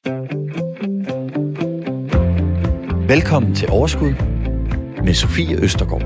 Velkommen til Overskud med Sofie Østergaard.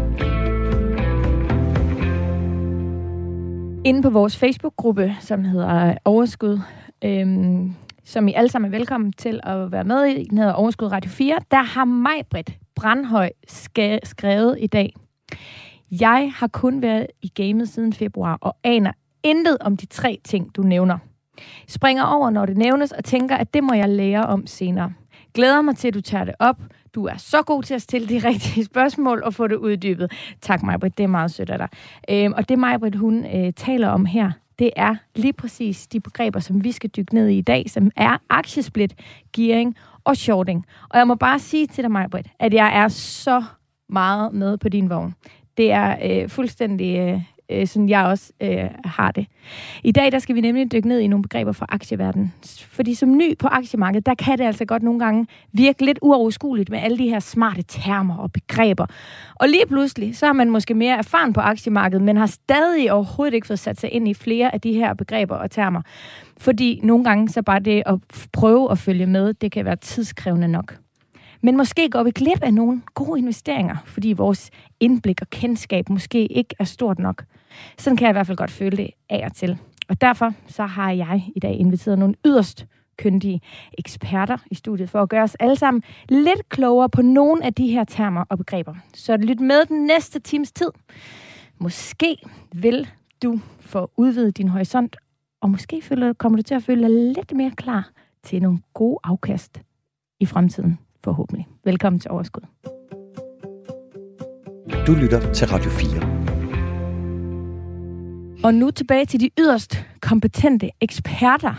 Inde på vores Facebook-gruppe, som hedder Overskud, som I alle sammen er velkommen til at være med i, den hedder Overskud Radio 4, der har Maj-Britt Brandhøj skrevet i dag: Jeg har kun været i gamet siden februar og aner intet om de 3 ting, du nævner. Springer over, når det nævnes, og tænker, at det må jeg lære om senere. Glæder mig til, at du tager det op. Du er så god til at stille de rigtige spørgsmål og få det uddybet. Tak, Maj-Britt. Det er meget sødt af dig. Og det, Maj-Britt, hun taler om her, det er lige præcis de begreber, som vi skal dykke ned i dag, som er aktiesplit, gearing og shorting. Og jeg må bare sige til dig, Maj-Britt, at jeg er så meget med på din vogn. Det er fuldstændig sådan, jeg også har det. I dag, der skal vi nemlig dykke ned i nogle begreber fra aktieverdenen. Fordi som ny på aktiemarkedet, der kan det altså godt nogle gange virke lidt uoverskueligt med alle de her smarte termer og begreber. Og lige pludselig, så har man måske mere erfaren på aktiemarkedet, men har stadig overhovedet ikke fået sat sig ind i flere af de her begreber og termer. Fordi nogle gange, så bare det at prøve at følge med, det kan være tidskrævende nok. Men måske går vi glip af nogle gode investeringer, fordi vores indblik og kendskab måske ikke er stort nok. Sådan kan jeg i hvert fald godt føle det af og til. Og derfor så har jeg i dag inviteret nogle yderst kyndige eksperter i studiet for at gøre os alle sammen lidt klogere på nogle af de her termer og begreber. Så lyt med den næste times tid. Måske vil du få udvidet din horisont, og måske kommer du til at føle dig lidt mere klar til nogle gode afkast i fremtiden. Forhåbentlig. Velkommen til Overskud. Du lytter til Radio 4. Og nu tilbage til de yderst kompetente eksperter.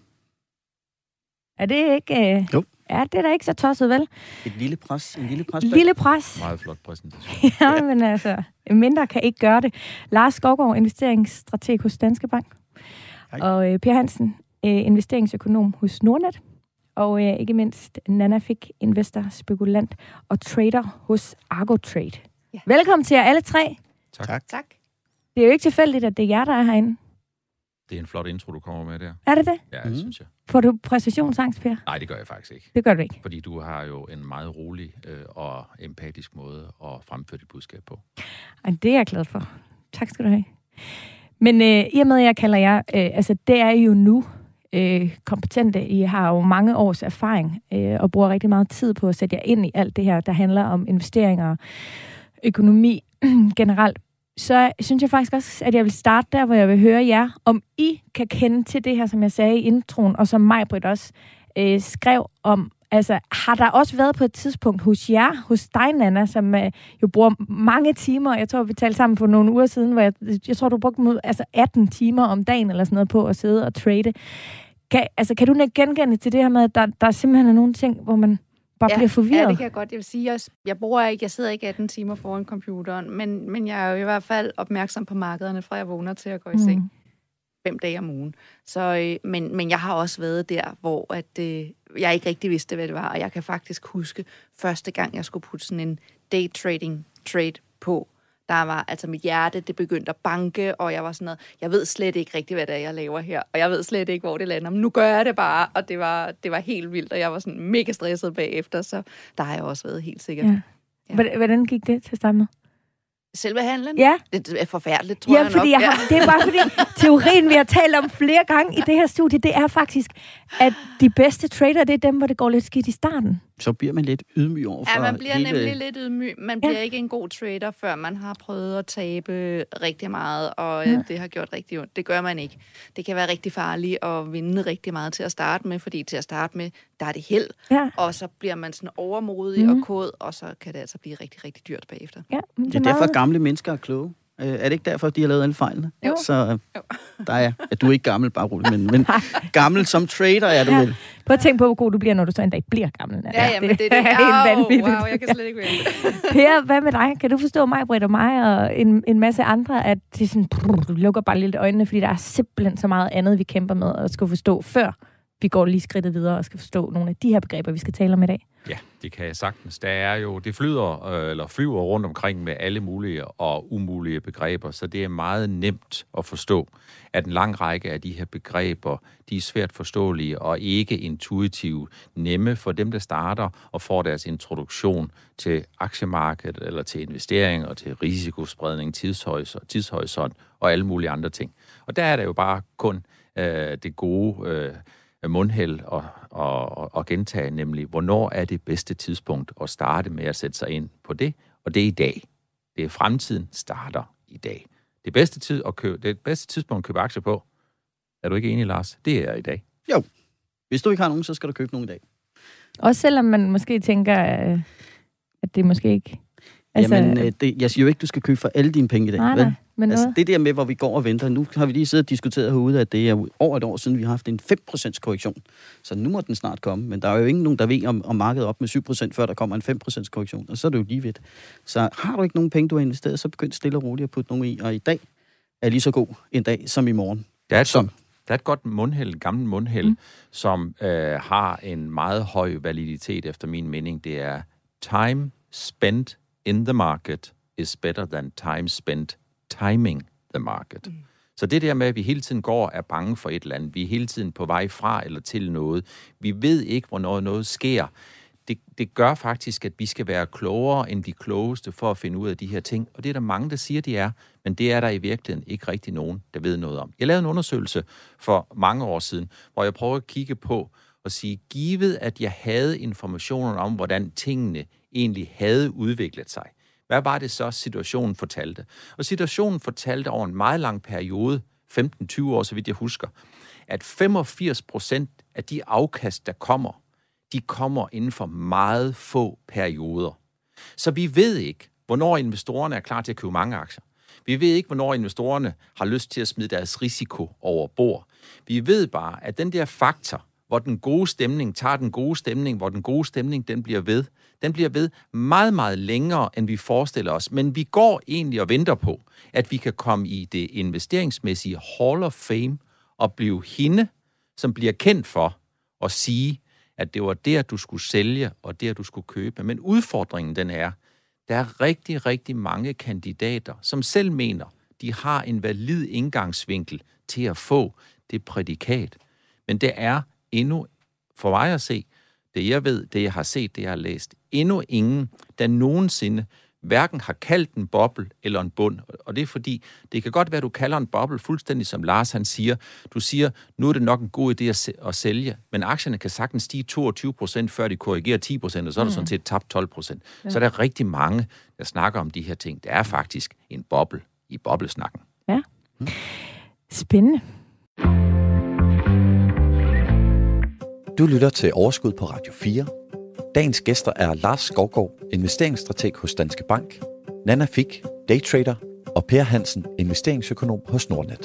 Er det ikke... Jo. Ja, det er da ikke så tosset, vel? En lille pres. Lille pres. Meget flot præsentation. Ja, men altså, mindre kan ikke gøre det. Lars Skovgaard, investeringsstrateg hos Danske Bank. Hej. Og Per Hansen, investeringsøkonom hos Nordnet. Og ikke mindst Nana Fik, investor, spekulant og trader hos Argotrade. Ja. Velkommen til jer alle 3. Tak. Det er jo ikke tilfældigt, at det er jer, der er herinde. Det er en flot intro, du kommer med der. Er det det? Ja, det synes jeg. Får du præstationsangst, Per? Nej, det gør jeg faktisk ikke. Det gør du ikke? Fordi du har jo en meget rolig og empatisk måde at fremføre dit budskab på. Ej, det er jeg glad for. Tak skal du have. Men i og med, at jeg kalder jer, det er jo nu kompetente. I har jo mange års erfaring og bruger rigtig meget tid på at sætte jer ind i alt det her, der handler om investeringer og økonomi generelt. Så synes jeg faktisk også, at jeg vil starte der, hvor jeg vil høre jer, om I kan kende til det her, som jeg sagde i introen, og som Maj-Britt også skrev om. Altså, har der også været på et tidspunkt hos jer, hos dig, Nana, som jo bruger mange timer, jeg tror, vi talte sammen for nogle uger siden, hvor jeg tror, du brugte 18 timer om dagen eller sådan noget på at sidde og trade. Kan du genkende til det her med, at der simpelthen er nogle ting, hvor man bare bliver forvirret? Ja, det kan jeg godt. Jeg vil sige, jeg sidder ikke 18 timer foran computeren, men jeg er jo i hvert fald opmærksom på markederne, fra jeg vågner til at gå i seng 5 dage om ugen. Så, men jeg har også været der, hvor jeg ikke rigtig vidste, hvad det var, og jeg kan faktisk huske første gang, jeg skulle putte sådan en daytrading trade på. Der var, altså mit hjerte, det begyndte at banke, og jeg var sådan noget, jeg ved slet ikke rigtigt, hvad det er, jeg laver her, og jeg ved slet ikke, hvor det lander, men nu gør jeg det bare, og det var helt vildt, og jeg var sådan mega stresset bagefter, så der har jeg også været helt sikkert. Ja. Hvordan gik det til at starte med? Selve handlen? Ja. Det er forfærdeligt, tror jeg nok. Fordi det er bare fordi, teorien, vi har talt om flere gange i det her studie, det er faktisk, at de bedste trader, det er dem, hvor det går lidt skidt i starten. Så bliver man lidt ydmyg overfor. Ja, man bliver nemlig lidt ydmyg. Man bliver ikke en god trader, før man har prøvet at tabe rigtig meget, og det har gjort rigtig ondt. Det gør man ikke. Det kan være rigtig farligt at vinde rigtig meget til at starte med, fordi til at starte med, der er det held, og så bliver man sådan overmodig og kod, og så kan det altså blive rigtig, rigtig dyrt bagefter. Ja, det er derfor, gamle mennesker er kloge. Er det ikke derfor, de har lavet alle fejlene? Jo. Så der er, at du er ikke gammel, bare roligt, men gammel som trader er du vel. Prøv at tænke på, hvor god du bliver, når du så en dag bliver gammel. Ja, men det er helt vanvittigt. Wow, jeg kan slet ikke vente. Per, hvad med dig? Kan du forstå mig, Britt og mig og en masse andre, at det sådan, du lukker bare lidt øjnene, fordi der er simpelthen så meget andet, vi kæmper med at skulle forstå, før vi går lige skridtet videre og skal forstå nogle af de her begreber, vi skal tale om i dag? Ja, det kan jeg sagtens. Der er jo, det flyver rundt omkring med alle mulige og umulige begreber, så det er meget nemt at forstå, at en lang række af de her begreber, de er svært forståelige og ikke intuitive, nemme for dem, der starter og får deres introduktion til aktiemarkedet eller til investeringer og til risikospredning, tidshorisont og alle mulige andre ting. Og der er der jo bare kun det gode mundheld og gentage, nemlig, hvornår er det bedste tidspunkt at starte med at sætte sig ind på det, og det er i dag. Det er fremtiden starter i dag. Det bedste tidspunkt at købe aktier på, er du ikke enig, Lars? Det er i dag. Jo. Hvis du ikke har nogen, så skal du købe nogen i dag. Også selvom man måske tænker, at det måske ikke... Altså, Jamen, jeg siger jo ikke, du skal købe for alle dine penge i dag. Nej, men altså, det der med, hvor vi går og venter. Nu har vi lige siddet og diskuteret herude, at det er over et år siden, vi har haft en 5% korrektion. Så nu må den snart komme. Men der er jo ikke nogen, der ved, om markedet op med 7%, før der kommer en 5% korrektion. Og så er det jo lige ved. Så har du ikke nogen penge, du har investeret, så begynd stille og roligt at putte nogen i. Og i dag er lige så god en dag som i morgen. Der er et godt mundheld, et gammelt mundheld, som har en meget høj validitet efter min mening. Det er time spent in the market is better than time spent timing the market. Så det der med, at vi hele tiden går og er bange for et eller andet, vi er hele tiden på vej fra eller til noget, vi ved ikke, hvornår noget sker, det gør faktisk, at vi skal være klogere end de klogeste for at finde ud af de her ting. Og det er der mange, der siger, de er, men det er der i virkeligheden ikke rigtig nogen, der ved noget om. Jeg lavede en undersøgelse for mange år siden, hvor jeg prøvede at kigge på og sige, givet at jeg havde informationer om, hvordan tingene egentlig havde udviklet sig. Hvad var det så, situationen fortalte? Og situationen fortalte over en meget lang periode, 15-20 år, så vidt jeg husker, at 85% af de afkast, der kommer, de kommer inden for meget få perioder. Så vi ved ikke, hvornår investorerne er klar til at købe mange aktier. Vi ved ikke, hvornår investorerne har lyst til at smide deres risiko over bord. Vi ved bare, at den der faktor, hvor den gode stemning tager den gode stemning, hvor den gode stemning, den bliver ved meget, meget længere, end vi forestiller os. Men vi går egentlig og venter på, at vi kan komme i det investeringsmæssige Hall of Fame og blive hende, som bliver kendt for at sige, at det var der, du skulle sælge, og der, du skulle købe. Men udfordringen, den er, der er rigtig, rigtig mange kandidater, som selv mener, de har en valid indgangsvinkel til at få det prædikat. Men det er endnu, for mig at se, det jeg ved, det jeg har set, det jeg har læst, endnu ingen, der nogensinde hverken har kaldt en boble eller en bund. Og det er fordi, det kan godt være, at du kalder en boble fuldstændig som Lars han siger. Du siger, nu er det nok en god idé at sælge, men aktierne kan sagtens stige 22%, før de korrigerer 10%, og så er det sådan set tabt 12%. Ja. Så der er rigtig mange, der snakker om de her ting. Det er faktisk en boble i boblesnakken. Ja. Spændende. Du lytter til Overskud på Radio 4. Dagens gæster er Lars Skovgaard, investeringsstrateg hos Danske Bank, Nanna Fik, daytrader, og Per Hansen, investeringsøkonom hos Nordnet.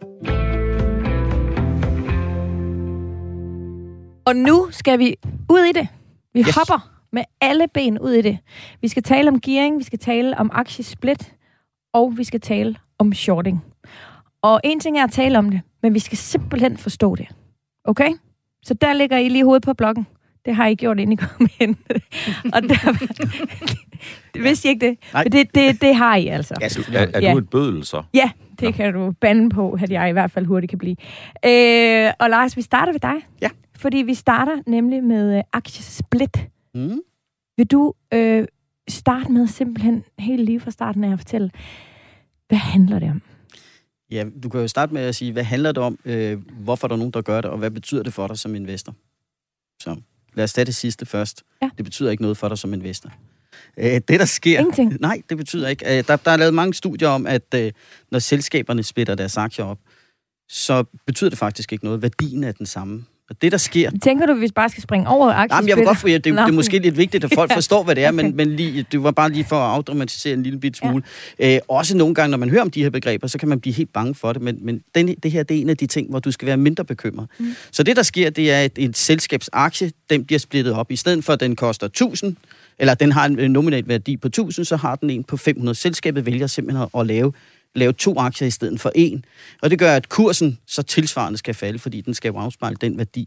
Og nu skal vi ud i det. Vi hopper med alle ben ud i det. Vi skal tale om gearing, vi skal tale om aktiesplit, og vi skal tale om shorting. Og en ting er at tale om det, men vi skal simpelthen forstå det. Okay? Så der ligger I lige hovedet på blokken. Det har I gjort, inden I kom ind. Og der, det vidste I ikke det. Men det har I altså. Er du et bødel så? Ja, det kan du bande på, at jeg i hvert fald hurtigt kan blive. Og Lars, vi starter ved dig. Ja. Fordi vi starter nemlig med aktiesplit. Vil du starte med simpelthen helt lige fra starten af at fortælle, hvad handler det om? Ja, du kan jo starte med at sige, hvad handler det om, hvorfor der er nogen, der gør det, og hvad betyder det for dig som investor? Så lad os tage det sidste først. Ja. Det betyder ikke noget for dig som investor. Det, der sker... Ingenting? Nej, det betyder ikke. Der er lavet mange studier om, at når selskaberne splitter deres aktier op, så betyder det faktisk ikke noget. Værdien er den samme. Og det, der sker... Tænker du, hvis vi bare skal springe over aktiespil? Jamen, jeg vil godt for det er måske lidt vigtigt, at folk forstår, hvad det er, men det var bare lige for at afdramatisere en lille bit smule. Ja. Også nogle gange, når man hører om de her begreber, så kan man blive helt bange for det, men det her, det er en af de ting, hvor du skal være mindre bekymret. Så det, der sker, det er, at et selskabsaktie, den bliver splittet op. I stedet for, at den koster 1000, eller den har en nominal værdi på 1000, så har den en på 500. Selskabet vælger simpelthen at lave 2 aktier i stedet for 1. Og det gør, at kursen så tilsvarende skal falde, fordi den skal afspejle den værdi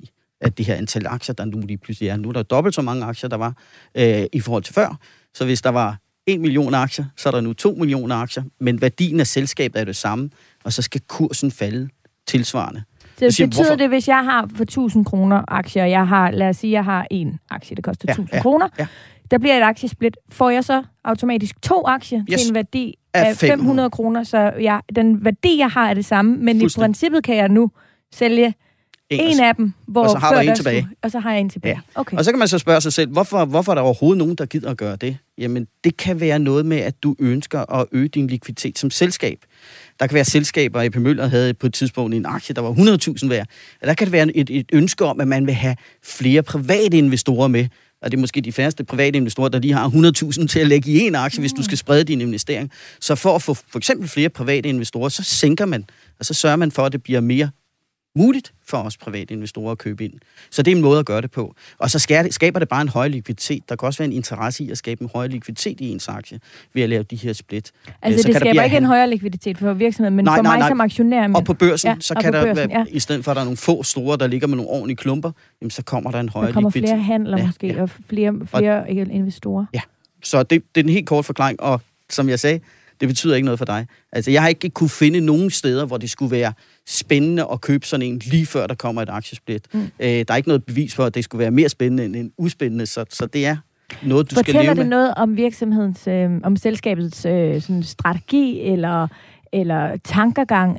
at det her antal aktier, der nu lige pludselig er. Nu er der dobbelt så mange aktier, der var i forhold til før. Så hvis der var 1 million aktier, så er der nu 2 millioner aktier, men værdien af selskabet er det samme, og så skal kursen falde tilsvarende. Så betyder det, hvis jeg har for 1.000 kroner aktier, lad os sige, jeg har en aktie, det koster 1.000 kroner, der bliver et aktiesplit, får jeg så automatisk 2 aktier til en værdi af 500 kroner, så den værdi, jeg har, er det samme, men i princippet kan jeg nu sælge en af dem, hvor og så har du en tilbage. Og så har jeg en tilbage. Ja. Okay. Og så kan man så spørge sig selv, hvorfor er der overhovedet nogen, der gider at gøre det? Jamen, det kan være noget med, at du ønsker at øge din likviditet som selskab. Der kan være selskaber, AP Møller havde på et tidspunkt en aktie, der var 100.000 værd. Og der kan det være et ønske om, at man vil have flere private investorer med. Og det er måske de færreste private investorer, der lige har 100.000 til at lægge i en aktie, hvis du skal sprede din investering. Så for at få for eksempel flere private investorer, så sænker man, og så sørger man for, at det bliver mere muligt for os private investorer at købe ind. Så det er en måde at gøre det på. Og så skaber det bare en høj likviditet. Der kan også være en interesse i at skabe en høj likviditet i ens aktie ved at lave de her split. Altså så det skaber ikke en højere likviditet for virksomheden, men for mig som aktionær. Og på børsen, så kan der være, i stedet for at der er nogle få store, der ligger med nogle ordentlige klumper, jamen, så kommer der en højere likviditet. Der kommer flere handler måske, og flere investorer. Ja, så det er en helt kort forklaring, og som jeg sagde, det betyder ikke noget for dig. Altså, jeg har ikke kunne finde nogen steder, hvor det skulle være spændende at købe sådan en, lige før der kommer et aktiesplit. Der er ikke noget bevis for, at det skulle være mere spændende end uspændende, så det er noget, du skal leve med. Fortæller det noget om virksomhedens, om selskabets sådan strategi, eller tankegang,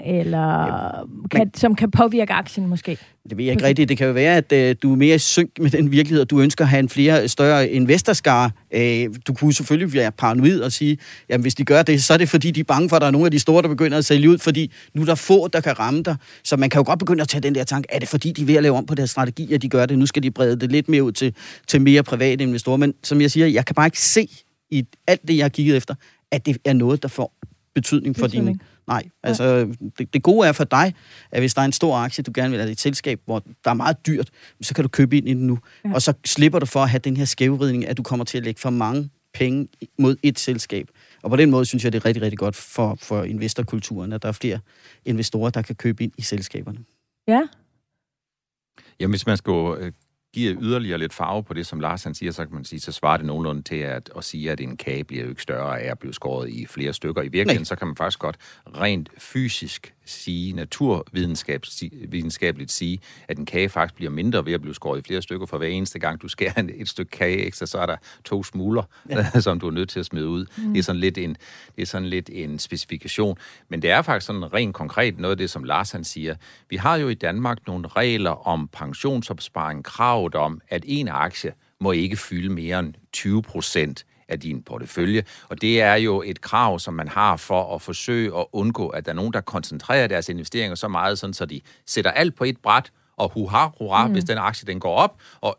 som kan påvirke aktien måske? Det ved jeg ikke rigtigt. Det kan jo være, at du er mere i synk med den virkelighed, og du ønsker at have en større investorskare. Du kunne selvfølgelig være paranoid og sige, jamen hvis de gør det, så er det fordi, de er bange for, at der er nogle af de store, der begynder at sælge ud, fordi nu er der få, der kan ramme dig. Så man kan jo godt begynde at tage den der tanke, er det fordi, de er ved at lave om på deres strategi, at de gør det? Nu skal de brede det lidt mere ud til mere private investorer. Men som jeg siger, jeg kan bare ikke se i alt det, jeg har kigget efter, at det er noget, der får betydning for din... Nej, altså det gode er for dig, at hvis der er en stor aktie, du gerne vil have et selskab, hvor der er meget dyrt, så kan du købe ind i den nu. Ja. Og så slipper du for at have den her skævvridning, at du kommer til at lægge for mange penge mod et selskab. Og på den måde synes jeg, det er rigtig, rigtig godt for investorkulturen, at der er flere investorer, der kan købe ind i selskaberne. Ja. Jamen, hvis man skal give yderligere lidt farve på det, som Lars han siger, så kan man sige, så svarer det nogenlunde til at sige, at en kage bliver jo ikke større af at blive skåret i flere stykker. I virkeligheden, så kan man faktisk godt rent fysisk sige, naturvidenskabeligt sige, at en kage faktisk bliver mindre ved at blive skåret i flere stykker, for hver eneste gang, du skærer et stykke kage ekstra, så er der 2 smuler, som du er nødt til at smide ud. Det er sådan lidt en specifikation. Men det er faktisk sådan rent konkret noget af det, som Lars han siger. Vi har jo i Danmark nogle regler om pensionsopsparing, kravet om, at en aktie må ikke fylde mere end 20% af din portefølje. Og det er jo et krav, som man har for at forsøge at undgå, at der er nogen, der koncentrerer deres investeringer så meget, sådan, så de sætter alt på et bræt, og hurra, hvis den aktie den går op, og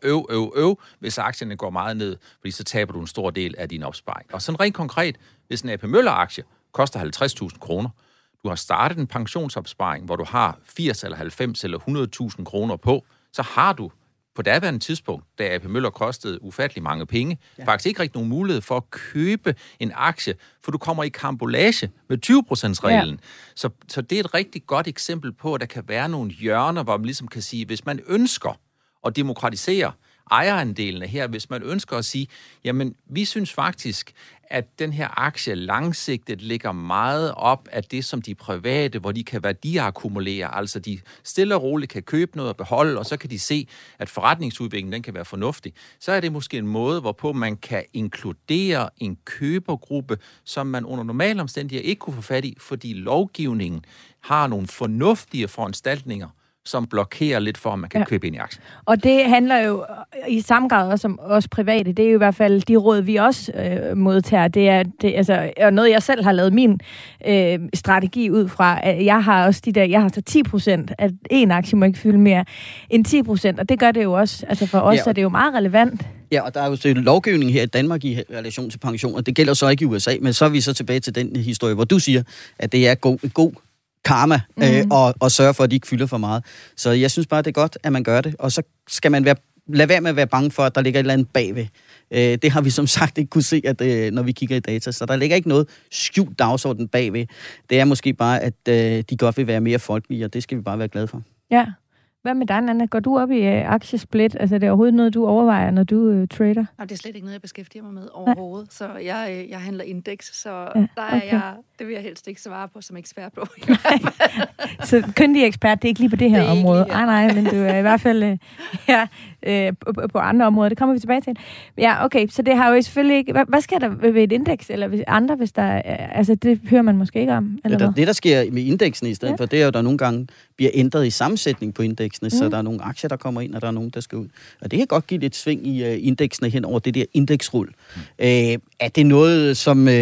hvis aktien går meget ned, fordi så taber du en stor del af din opsparing. Og sådan rent konkret, hvis en AP Møller-aktie koster 50.000 kroner, du har startet en pensionsopsparing, hvor du har 80 eller 90 eller 100.000 kroner på, så har du på daværende tidspunkt, da AP Møller kostede ufattelig mange penge, faktisk ikke rigtig nogen mulighed for at købe en aktie, for du kommer i karambolage med 20%-reglen. Ja. Så det er et rigtig godt eksempel på, at der kan være nogle hjørner, hvor man ligesom kan sige, hvis man ønsker at demokratisere ejerandelene her, hvis man ønsker at sige, jamen, vi synes faktisk, at den her aktie langsigtet ligger meget op af det, som de private, hvor de kan værdiakkumulere, altså de stille og roligt kan købe noget og beholde, og så kan de se, at forretningsudviklingen den kan være fornuftig. Så er det måske en måde, hvorpå man kan inkludere en købergruppe, som man under normale omstændigheder ikke kunne få fat i, fordi lovgivningen har nogle fornuftige foranstaltninger, som blokerer lidt for, at man kan købe ind i aktier. Og det handler jo i samme grad også om os private. Det er jo i hvert fald de råd, vi også modtager. Det er noget, jeg selv har lavet min strategi ud fra. Jeg har også så 10%, at en aktie må ikke fylde mere end 10%, og det gør det jo også. Altså for os er det jo meget relevant. Ja, og der er jo lovgivning her i Danmark i relation til pension, og det gælder så ikke i USA, men så er vi så tilbage til den historie, hvor du siger, at det er god karma, og sørge for, at de ikke fylder for meget. Så jeg synes bare, det er godt, at man gør det, og så skal man lade være med at være bange for, at der ligger et eller andet bagved. Det har vi som sagt ikke kunne se, at, når vi kigger i data, så der ligger ikke noget skjult dagsorden bagved. Det er måske bare, at de godt vil være mere folkelige, og det skal vi bare være glade for. Ja. Hvad med dig, Nanna? Går du op i aktiesplit? Altså, det er overhovedet noget, du overvejer, når du trader? Nej, det er slet ikke noget, jeg beskæftiger mig med overhovedet. Så jeg handler indeks, så der er jeg, det vil jeg helst ikke svare på som ekspert på. Så kyndig ekspert, det er ikke lige på det her område. Nej, men du er i hvert fald på andre områder. Det kommer vi tilbage til. Ja, okay, så det har jo selvfølgelig ikke... Hvad sker der ved et indeks, eller andre, hvis der... Altså, det hører man måske ikke om, eller hvad? Det, der sker med indeksene i stedet for, det er jo, der nogle gange bliver ændret i sammensætning på indeksene, så der er nogle aktier, der kommer ind, og der er nogen, der skal ud. Og det kan godt give lidt sving i indeksene hen over det der indeksrul. Er det noget,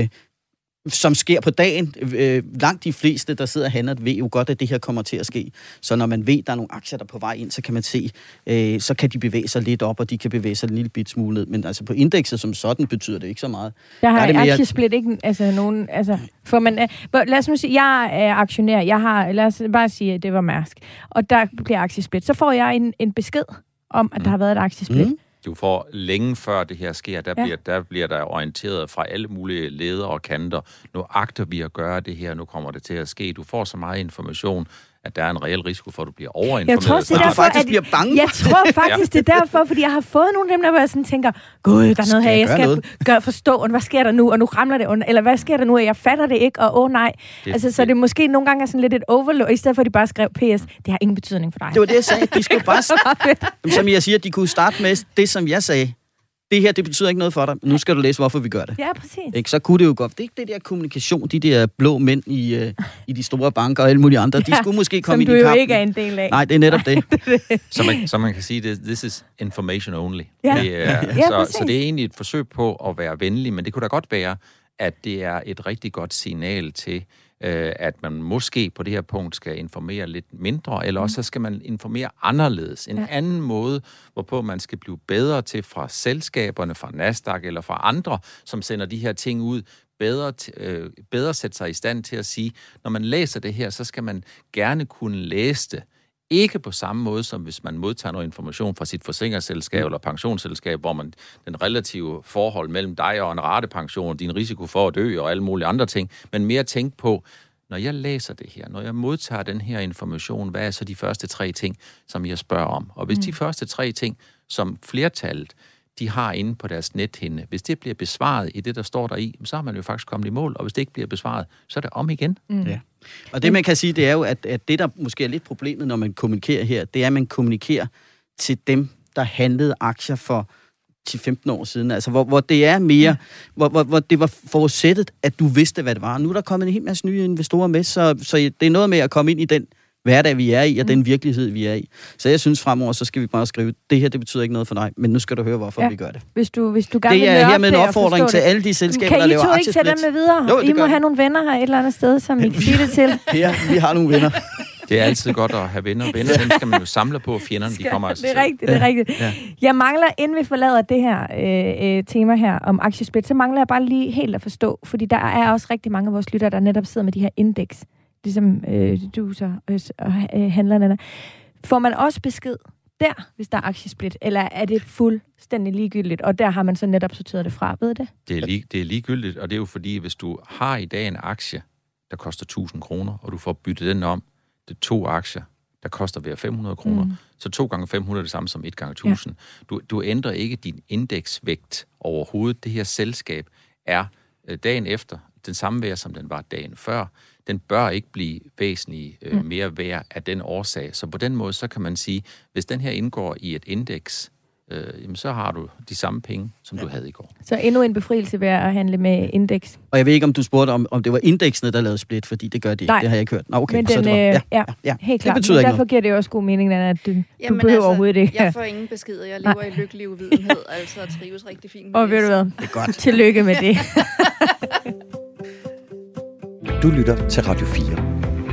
som sker på dagen? Langt de fleste, der sidder og handler, ved jo godt, at det her kommer til at ske. Så når man ved, at der er nogle aktier, der er på vej ind, så kan man se, så kan de bevæge sig lidt op, og de kan bevæge sig en lille bit smule ned. Men altså på indekset som sådan betyder det ikke så meget. Der har aktiesplit ikke nogen... Altså, for man, lad os nu sige, jeg er aktionær. Lad os bare sige, at det var Mærsk. Og der bliver aktiesplit. Så får jeg en besked om, at der har været et aktiesplit. Du får længe før det her sker, der bliver der orienteret fra alle mulige ledere og kanter. Nu agter vi at gøre det her, nu kommer det til at ske. Du får så meget information, at der er en reel risiko for, at du bliver overinformeret. Jeg tror faktisk, bliver bange. Jeg tror faktisk, det er derfor, fordi jeg har fået nogle af dem, der hvor jeg sådan tænker, gud, der er noget her, jeg skal forstå, og hvad sker der nu, og nu ramler det under, eller hvad sker der nu, og jeg fatter det ikke, og nej. Så det måske nogle gange er sådan lidt et overload, i stedet for at de bare skrev PS, det har ingen betydning for dig. Det var det, jeg sagde. De skulle bare... Som jeg siger, de kunne starte med det, som jeg sagde. Det her, det betyder ikke noget for dig. Nu skal du læse, hvorfor vi gør det. Ja, præcis. Ikke? Så kunne det jo godt. Det er ikke det der kommunikation, de der blå mænd i de store banker og alle mulige andre. De skulle måske komme ind i kampen. Som du jo ikke er en del af. Nej, det er netop det. Så man kan sige, this is information only. Ja. Så det er egentlig et forsøg på at være venlig, men det kunne da godt være, at det er et rigtig godt signal til, at man måske på det her punkt skal informere lidt mindre, eller også så skal man informere anderledes. En anden måde, hvorpå man skal blive bedre til fra selskaberne, fra Nasdaq eller fra andre, som sender de her ting ud, bedre sætte sig i stand til at sige, når man læser det her, så skal man gerne kunne læse det. Ikke på samme måde, som hvis man modtager noget information fra sit forsikringsselskab eller pensionsselskab, hvor man den relative forhold mellem dig og en ratepension, din risiko for at dø og alle mulige andre ting, men mere tænke på, når jeg læser det her, når jeg modtager den her information, hvad er så de første 3 ting, som jeg spørger om? Og hvis de første 3 ting, som flertallet, de har inde på deres nethinde, hvis det bliver besvaret i det, der står der i, så har man jo faktisk kommet i mål, og hvis det ikke bliver besvaret, så er det om igen. Ja. Og det, man kan sige, det er jo, at det, der måske er lidt problemet, når man kommunikerer her, det er, at man kommunikerer til dem, der handlede aktier for 10-15 år siden. Altså, hvor det er mere, hvor det var forudsættet, at du vidste, hvad det var. Nu er der kommet en hel masse nye investorer med, så det er noget med at komme ind i den hverdag, vi er i, og den virkelighed, vi er i. Så jeg synes fremover, så skal vi bare skrive, det her, det betyder ikke noget for dig, men nu skal du høre, hvorfor vi gør det. Hvis du gerne det er hermed en opfordring til alle de selskaber, der laver aktiesplit. Kan I to ikke tage dem med videre? Jo, I må have nogle venner her et eller andet sted, som I kan sige det til. Ja, vi har nogle venner. Det er altid godt at have venner. Venner, dem skal man jo samle på, fjenderne, de kommer altså. Det er rigtigt. Ja. Jeg mangler, inden vi forlader det her tema her om aktiesplit, så mangler jeg bare lige helt at forstå, fordi der er også rigtig mange af vores lyttere, der netop sidder med de her indeks, ligesom du så handlerne. Får man også besked der, hvis der er aktiesplit, eller er det fuldstændig ligegyldigt, og der har man så netop sorteret det fra, ved det? Det er ligegyldigt, og det er jo fordi, hvis du har i dag en aktie, der koster 1.000 kroner, og du får byttet den om, det er 2 aktier, der koster hver 500 kroner. Så 2 gange 500 er det samme som 1 gange 1000. Ja. Du ændrer ikke din indeksvægt overhovedet. Det her selskab er dagen efter den samme værd, som den var dagen før. Den bør ikke blive væsentligt mere værd af den årsag. Så på den måde, så kan man sige, hvis den her indgår i et indeks, jamen så har du de samme penge, som du havde i går. Så endnu en befrielse ved at handle med indeks. Og jeg ved ikke, om du spurgte, om det var indeksene, der lavede split, fordi det gør de ikke. Det har jeg ikke hørt. Nå, okay. Men den, så det var, helt klart. Det betyder ikke derfor noget. Giver det også god mening, at du behøver overhovedet ikke. Jeg får ingen beskeder. Jeg lever i lykkelig uvidenhed, altså og trives rigtig fint med og ved du hvad? Det er godt. Tillykke med det. Du lytter til Radio 4.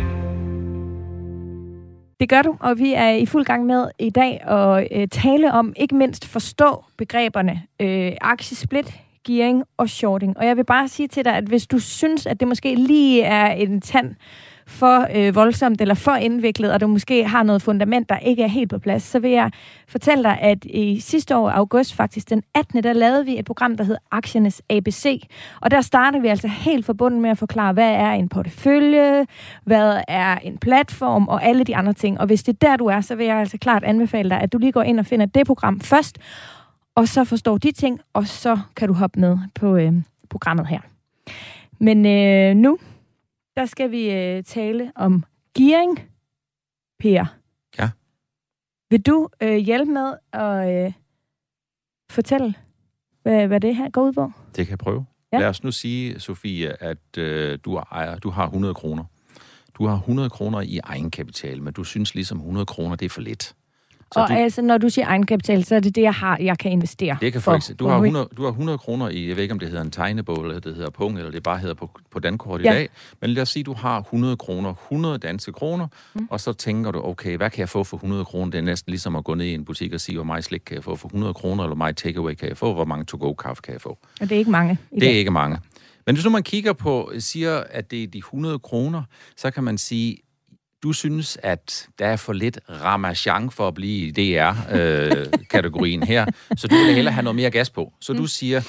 Det gør du, og vi er i fuld gang med i dag at tale om, ikke mindst forstå begreberne aktiesplit, gearing og shorting. Og jeg vil bare sige til dig, at hvis du synes, at det måske lige er en tand for voldsomt eller for indviklet, og du måske har noget fundament, der ikke er helt på plads, så vil jeg fortælle dig, at i sidste år, august faktisk, den 18. der lavede vi et program, der hed Aktiernes ABC. Og der startede vi altså helt forbundet med at forklare, hvad er en portefølje, hvad er en platform og alle de andre ting. Og hvis det er der, du er, så vil jeg altså klart anbefale dig, at du lige går ind og finder det program først, og så forstår de ting, og så kan du hoppe med på programmet her. Men nu, der skal vi tale om gearing. Per. Ja. Vil du hjælpe med at fortælle, hvad det her går ud på? Det kan jeg prøve. Ja. Lad os nu sige, Sofie, at du har 100 kroner. Du har 100 kroner i egenkapital, men du synes ligesom 100 kroner, det er for lidt. Og altså, når du siger egenkapital, så er det det, jeg kan investere. Det kan du har 100 kroner i, jeg ved ikke, om det hedder en tegnebog, eller det hedder punkt, eller det bare hedder på dankort i dag. Men lad os sige, du har 100 kroner, 100 danske kroner, og så tænker du, okay, hvad kan jeg få for 100 kroner? Det er næsten ligesom at gå ned i en butik og sige, hvor meget slik kan jeg få for 100 kroner, eller hvor meget takeaway kan jeg få, hvor mange to-go-kaffe kan jeg få. Og det er ikke mange. Det er ikke mange. Men hvis nu man kigger på, siger, at det er de 100 kroner, så kan man sige, du synes, at der er for lidt ramachan for at blive i DR-kategorien her, så du vil hellere have noget mere gas på. Så du siger,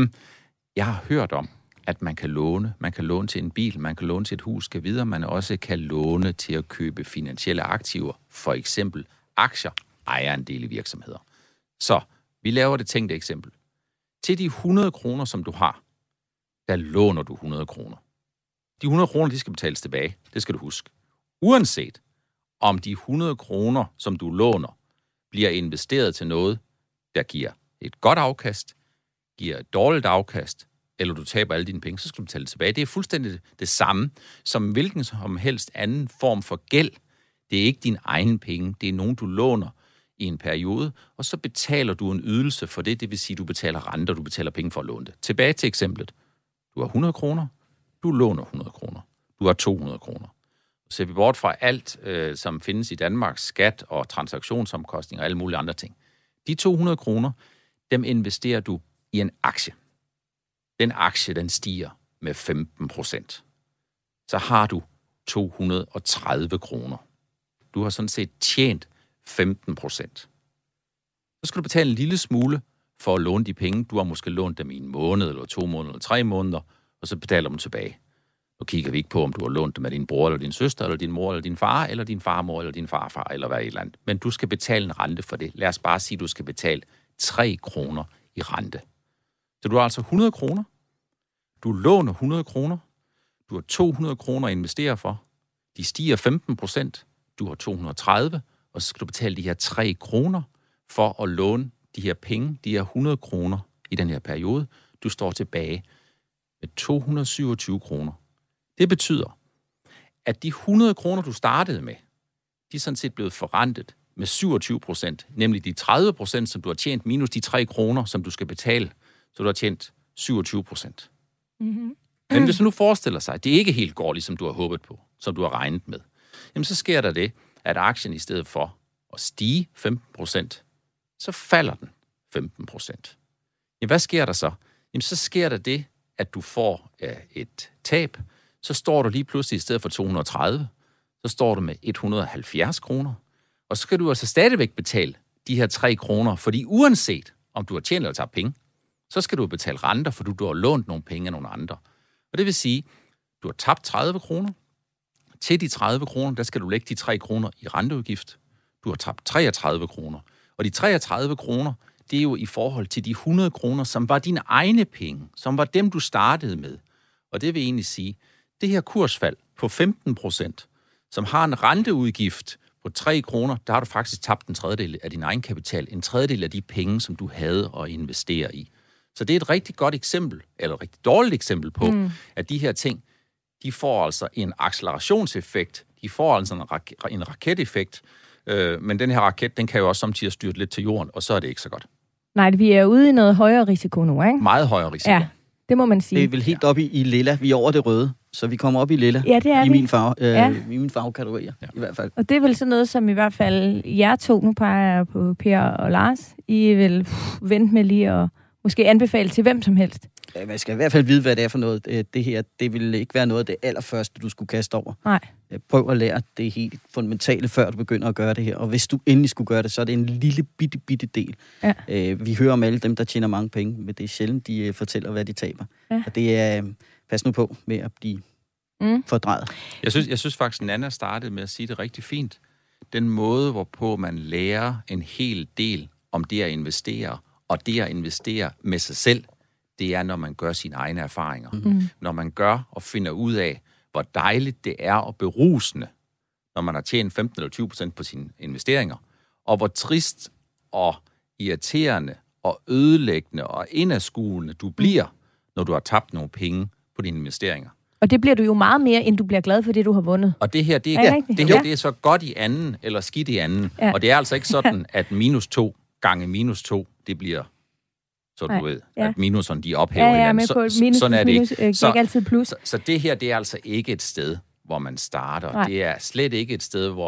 jeg har hørt om, at man kan låne. Man kan låne til en bil, man kan låne til et hus, skal videre. Man også kan låne til at købe finansielle aktiver, for eksempel aktier, ejerandel i virksomheder. Så vi laver det tænkte eksempel. Til de 100 kroner, som du har, der låner du 100 kroner. De 100 kroner, de skal betales tilbage. Det skal du huske. Uanset om de 100 kroner, som du låner, bliver investeret til noget, der giver et godt afkast, giver et dårligt afkast, eller du taber alle dine penge, så skal du betale tilbage. Det er fuldstændig det samme som hvilken som helst anden form for gæld. Det er ikke dine egne penge, det er nogen, du låner i en periode, og så betaler du en ydelse for det, det vil sige, du betaler renter, du betaler penge for at låne det. Tilbage til eksemplet. Du har 100 kroner, du låner 100 kroner, du har 200 kroner. Ser vi bort fra alt, som findes i Danmark, skat og transaktionsomkostninger og alle mulige andre ting. De 200 kroner, dem investerer du i en aktie. Den aktie, den stiger med 15%. Så har du 230 kroner. Du har sådan set tjent 15%. Så skal du betale en lille smule for at låne de penge. Du har måske lånt dem i en måned, eller 2 måneder, eller 3 måneder, og så betaler dem tilbage. Nu kigger vi ikke på, om du har lånt dem af din bror, eller din søster, eller din mor, eller din far, eller din farmor, eller din farfar, eller hvad et eller andet. Men du skal betale en rente for det. Lad os bare sige, at du skal betale 3 kroner i rente. Så du har altså 100 kroner. Du låner 100 kroner. Du har 200 kroner at investere for. De stiger 15%. Du har 230, og så skal du betale de her 3 kroner for at låne de her penge, de her 100 kroner i den her periode. Du står tilbage med 227 kroner. Det betyder, at de 100 kroner, du startede med, de er sådan set blevet forrentet med 27%, nemlig de 30%, som du har tjent, minus de 3 kroner, som du skal betale, så du har tjent 27%. Mm-hmm. Men hvis du nu forestiller sig, at det ikke helt går, ligesom du har håbet på, som du har regnet med, jamen så sker der det, at aktien i stedet for at stige 15%, så falder den 15%. Jamen hvad sker der så? Jamen så sker der det, at du får et tab, så står du lige pludselig i stedet for 230, så står du med 170 kroner, og så skal du altså stadigvæk betale de her 3 kroner, fordi uanset om du har tjent eller tabt penge, så skal du betale renter, fordi du har lånt nogle penge af nogle andre. Og det vil sige, du har tabt 30 kroner, til de 30 kroner, der skal du lægge de 3 kroner i renteudgift. Du har tabt 33 kroner, og de 33 kroner, det er jo i forhold til de 100 kroner, som var dine egne penge, som var dem, du startede med. Og det vil egentlig sige, det her kursfald på 15%, som har en renteudgift på 3 kroner, der har du faktisk tabt en tredjedel af din egen kapital, en tredjedel af de penge, som du havde at investere i. Så det er et rigtig godt eksempel, eller et rigtig dårligt eksempel på, at de her ting, de får altså en accelerationseffekt, de får altså en raketeffekt, men den her raket, den kan jo også samtidig styrte lidt til jorden, og så er det ikke så godt. Nej, vi er ude i noget højere risiko nu, ikke? Meget højere risiko. Ja, det må man sige. Det er vel helt op i lilla. Vi er over det røde, så vi kommer op i lilla. Ja, det er i min farvekategorier, i hvert fald. Og det er vel sådan noget, som i hvert fald jer to, nu peger på Per og Lars, I vil vente med lige at måske anbefale til hvem som helst. man skal i hvert fald vide, hvad det er for noget. Det her, det vil ikke være noget af det allerførste, du skulle kaste over. Nej. Prøv at lære det helt fundamentale, før du begynder at gøre det her. Og hvis du endelig skulle gøre det, så er det en lille bitte del. Ja. Vi hører om alle dem, der tjener mange penge, men det er sjældent, de fortæller, hvad de taber. Ja. Og det er, pas nu på med at blive fordrejet. Jeg synes faktisk, Nana startede med at sige det rigtig fint. Den måde, hvorpå man lærer en hel del om det at investere, og det at investere med sig selv, det er, når man gør sine egne erfaringer. Når man gør og finder ud af, hvor dejligt det er og berusende, når man har tjent 15 eller 20% på sine investeringer, og hvor trist og irriterende og ødelæggende og indadskuende du bliver, når du har tabt nogle penge på dine investeringer. Og det bliver du jo meget mere, end du bliver glad for det, du har vundet. Og det her, det er så godt i anden, eller skidt i anden. Ja. Og det er altså ikke sådan, at -2 gange -2, det bliver, så du ved, at minuserne, de ophæver hinanden. Sådan er det ikke. Så altid plus. Så det her, det er altså ikke et sted, hvor man starter. Nej. Det er slet ikke et sted, hvor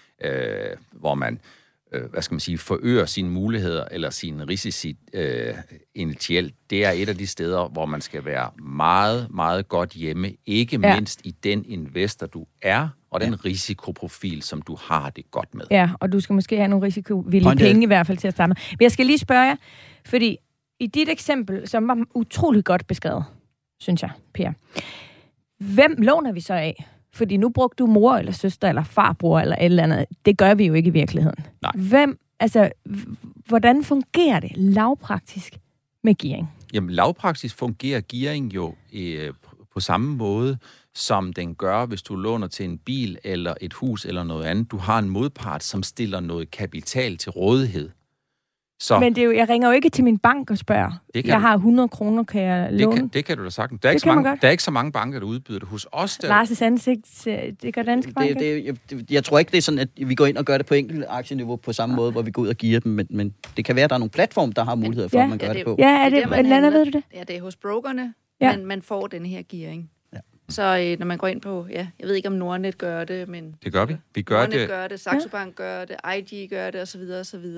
man hvad skal man sige, forøger sine muligheder eller sine risici initielt. Det er et af de steder, hvor man skal være meget, meget godt hjemme. Ikke mindst i den investor, du er, og den risikoprofil, som du har det godt med. Ja, og du skal måske have nogle risikovillige penge i hvert fald til at starte med. Men jeg skal lige spørge jer, fordi i dit eksempel, som var utroligt godt beskrevet, synes jeg, Per. Hvem låner vi så af? Fordi nu brugte du mor eller søster eller farbror eller et eller andet. Det gør vi jo ikke i virkeligheden. Nej. Hvordan fungerer det lavpraktisk med gearing? Jamen, lavpraktisk fungerer gearing jo på samme måde, som den gør, hvis du låner til en bil eller et hus eller noget andet. Du har en modpart, som stiller noget kapital til rådighed. Så, men det er jo, jeg ringer jo ikke til min bank og spørger. Jeg har 100 kroner, kan jeg låne? Det kan du da sagtens. Der er ikke så mange banker, der udbyder det hos os. Lars' ansigt, det gør Danske Bank. Jeg tror ikke, det er sådan, at vi går ind og gør det på enkelt aktieniveau på samme måde, hvor vi går ud og giver dem, men det kan være, at der er nogle platforme, der har muligheder for, at man gør det på. Ja, er det Landa, ved du det? Ja, det er hos brokerne, man får den her gearing. Ja. Så når man går ind på, jeg ved ikke, om Nordnet gør det, men... Det gør vi. Nordnet gør det, Saxo Bank gør det, IG gør det, osv.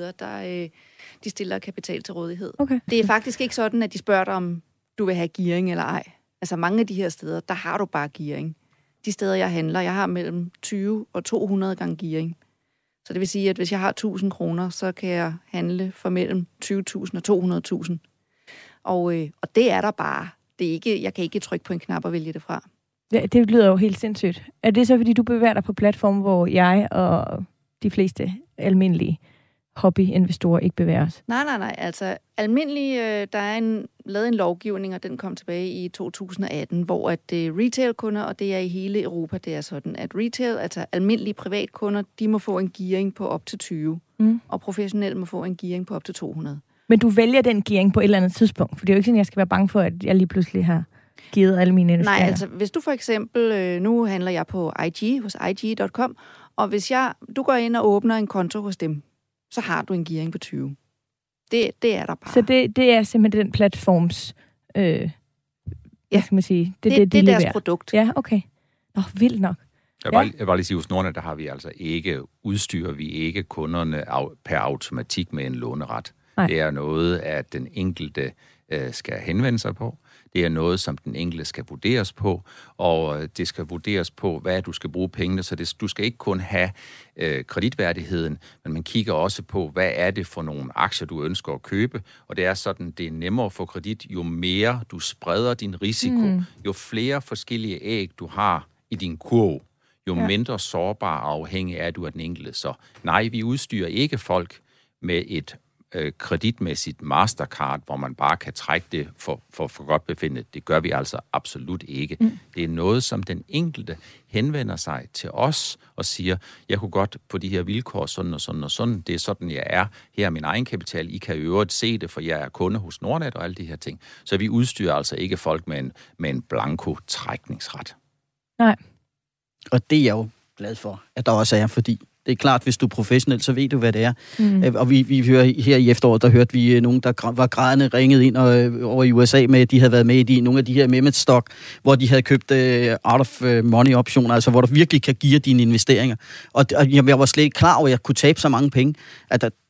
De stiller kapital til rådighed. Okay. Det er faktisk ikke sådan, at de spørger dig, om du vil have gearing eller ej. Altså mange af de her steder, der har du bare gearing. De steder, jeg handler, jeg har mellem 20 og 200 gange gearing. Så det vil sige, at hvis jeg har 1.000 kroner, så kan jeg handle for mellem 20.000 og 200.000. Og det er der bare. Det er ikke, jeg kan ikke trykke på en knap og vælge det fra. Ja, det lyder jo helt sindssygt. Er det så, fordi du bevæger dig på platform, hvor jeg og de fleste almindelige hobbyinvestorer ikke bevæger os? Nej. Altså, almindelige, der er lavet en lovgivning, og den kom tilbage i 2018, hvor at retail-kunder, og det er i hele Europa, det er sådan, at retail, altså almindelige privatkunder, de må få en gearing på op til 20, og professionelle må få en gearing på op til 200. Men du vælger den gearing på et eller andet tidspunkt, for det er jo ikke sådan, jeg skal være bange for, at jeg lige pludselig har givet alle mine investeringer. Nej, altså hvis du for eksempel, nu handler jeg på IG, hos IG.com, og hvis du går ind og åbner en konto hos dem, så har du en gearing på 20. Det er der bare. Så det er simpelthen den platforms, hvad skal man sige? Det er deres produkt. Ja, okay. Nå, vildt nok. Jeg vil bare lige sige, hos Nordnet, der har vi altså ikke udstyrer vi ikke kunderne per automatik med en låneret. Nej. Det er noget, at den enkelte skal henvende sig på. Det er noget, som den enkelte skal vurderes på, og det skal vurderes på, hvad du skal bruge pengene. Så du skal ikke kun have kreditværdigheden, men man kigger også på, hvad er det for nogle aktier, du ønsker at købe. Og det er sådan, det er nemmere at få kredit, jo mere du spreder din risiko, jo flere forskellige æg du har i din kurv, jo mindre sårbar og afhængig er du af den enkelte. Så nej, vi udstyrer ikke folk med et kreditmæssigt Mastercard, hvor man bare kan trække det for godt befinde. Det gør vi altså absolut ikke. Det er noget, som den enkelte henvender sig til os og siger, jeg kunne godt på de her vilkår, sådan og sådan og sådan. Det er sådan, jeg er. Her er min egen kapital. I kan i øvrigt se det, for jeg er kunde hos Nordnet og alle de her ting. Så vi udstyrer altså ikke folk med en blanko trækningsret. Nej. Og det er jeg jo glad for, at der også er, fordi det er klart, hvis du er professionel, så ved du, hvad det er. Og vi hører her i efteråret, der hørte vi nogen, der var grædende ringet ind over i USA med, at de havde været med i nogle af de her mehmet stock, hvor de havde købt out of money optioner, altså hvor du virkelig kan give dine investeringer. Og jeg var slet ikke klar over, at jeg kunne tabe så mange penge.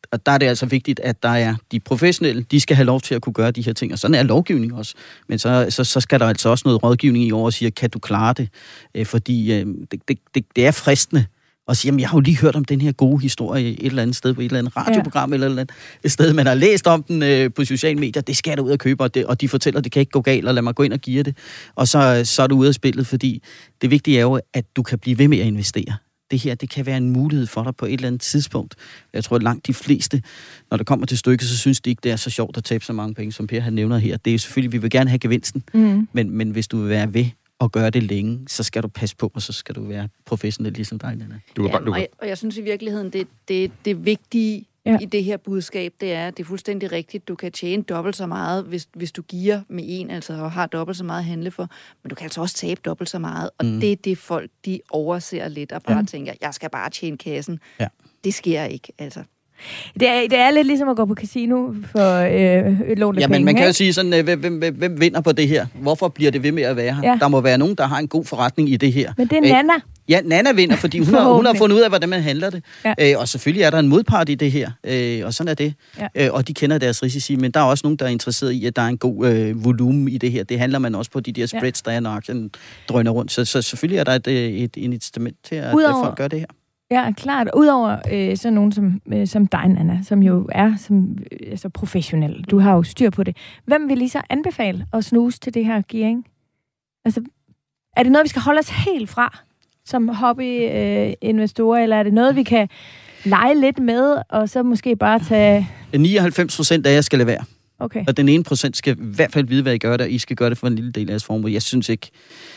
Og der er det altså vigtigt, at der er de professionelle, de skal have lov til at kunne gøre de her ting, og sådan er lovgivning også. Men så skal der altså også noget rådgivning i over og sige, kan du klare det? Fordi det er fristende at sige, jamen jeg har jo lige hørt om den her gode historie et eller andet sted på et eller andet radioprogram, eller et sted, man har læst om den på sociale medier, det skal jeg da ud og købe, og de fortæller, det kan ikke gå galt, og lad mig gå ind og give det. Og så er du ude af spillet, fordi det vigtige er jo, at du kan blive ved med at investere. Det her, det kan være en mulighed for dig på et eller andet tidspunkt. Jeg tror, at langt de fleste, når det kommer til stykket, så synes de ikke, det er så sjovt at tabe så mange penge, som Per han nævner her. Det er selvfølgelig, vi vil gerne have gevinsten, men hvis du vil være ved at gøre det længe, så skal du passe på, og så skal du være professionel ligesom dig, Nanna. Og jeg synes i virkeligheden, det vigtige i det her budskab, det er fuldstændig rigtigt. Du kan tjene dobbelt så meget, hvis du giver med en, altså og har dobbelt så meget at handle for, men du kan altså også tabe dobbelt så meget, og det er det folk, de overser lidt og bare tænker, jeg skal bare tjene kassen. Ja. Det sker ikke, altså. Det er lidt ligesom at gå på casino for lånte penge. Men man kan jo sige sådan, hvem vinder på det her? Hvorfor bliver det ved med at være her? Ja. Der må være nogen, der har en god forretning i det her. Men det er Nanna. Ja, Nanna vinder, fordi hun har fundet ud af, hvordan man handler det. Ja. Og selvfølgelig er der en modpart i det her, og sådan er det. Ja. Og de kender deres risici, men der er også nogen, der er interesseret i, at der er en god volumen i det her. Det handler man også på de der spreads, der er, når aktien drøner rundt. Så selvfølgelig er der et incitament til, at folk gør det her. Ja, klart. Udover sådan nogen som dig, Nanna, som jo er så professionel. Du har jo styr på det. Hvem vil I så anbefale at snuse til det her gearing? Altså, er det noget, vi skal holde os helt fra som hobbyinvestorer, eller er det noget, vi kan lege lidt med, og så måske bare tage... 99% af jer skal lade være. Okay. Og den 1% skal i hvert fald vide, hvad I gør der. I skal gøre det for en lille del af jeres formue. Jeg synes ikke...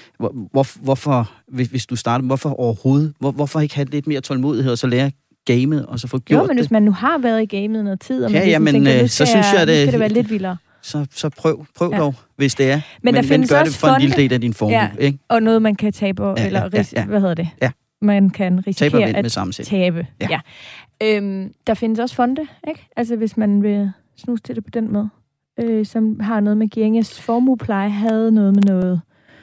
Hvorfor, hvis du starter, hvorfor overhovedet? Hvorfor ikke have lidt mere tålmodighed, og så lære gamet, og så få gjort det? Jo, men hvis man nu har været i gamet noget tid, og man så synes jeg, det skal det være lidt vildere. Så prøv dog, hvis det er. Men der findes gør også det for en lille del af din formue, ikke? Og noget, man kan tabe, hvad hedder det? Ja. Man kan risikere at tabe. Ja. Der findes også fonde, ikke? Altså, hvis man vil snuse til det på den måde, som har noget med gearing. Formuepleje havde noget med noget.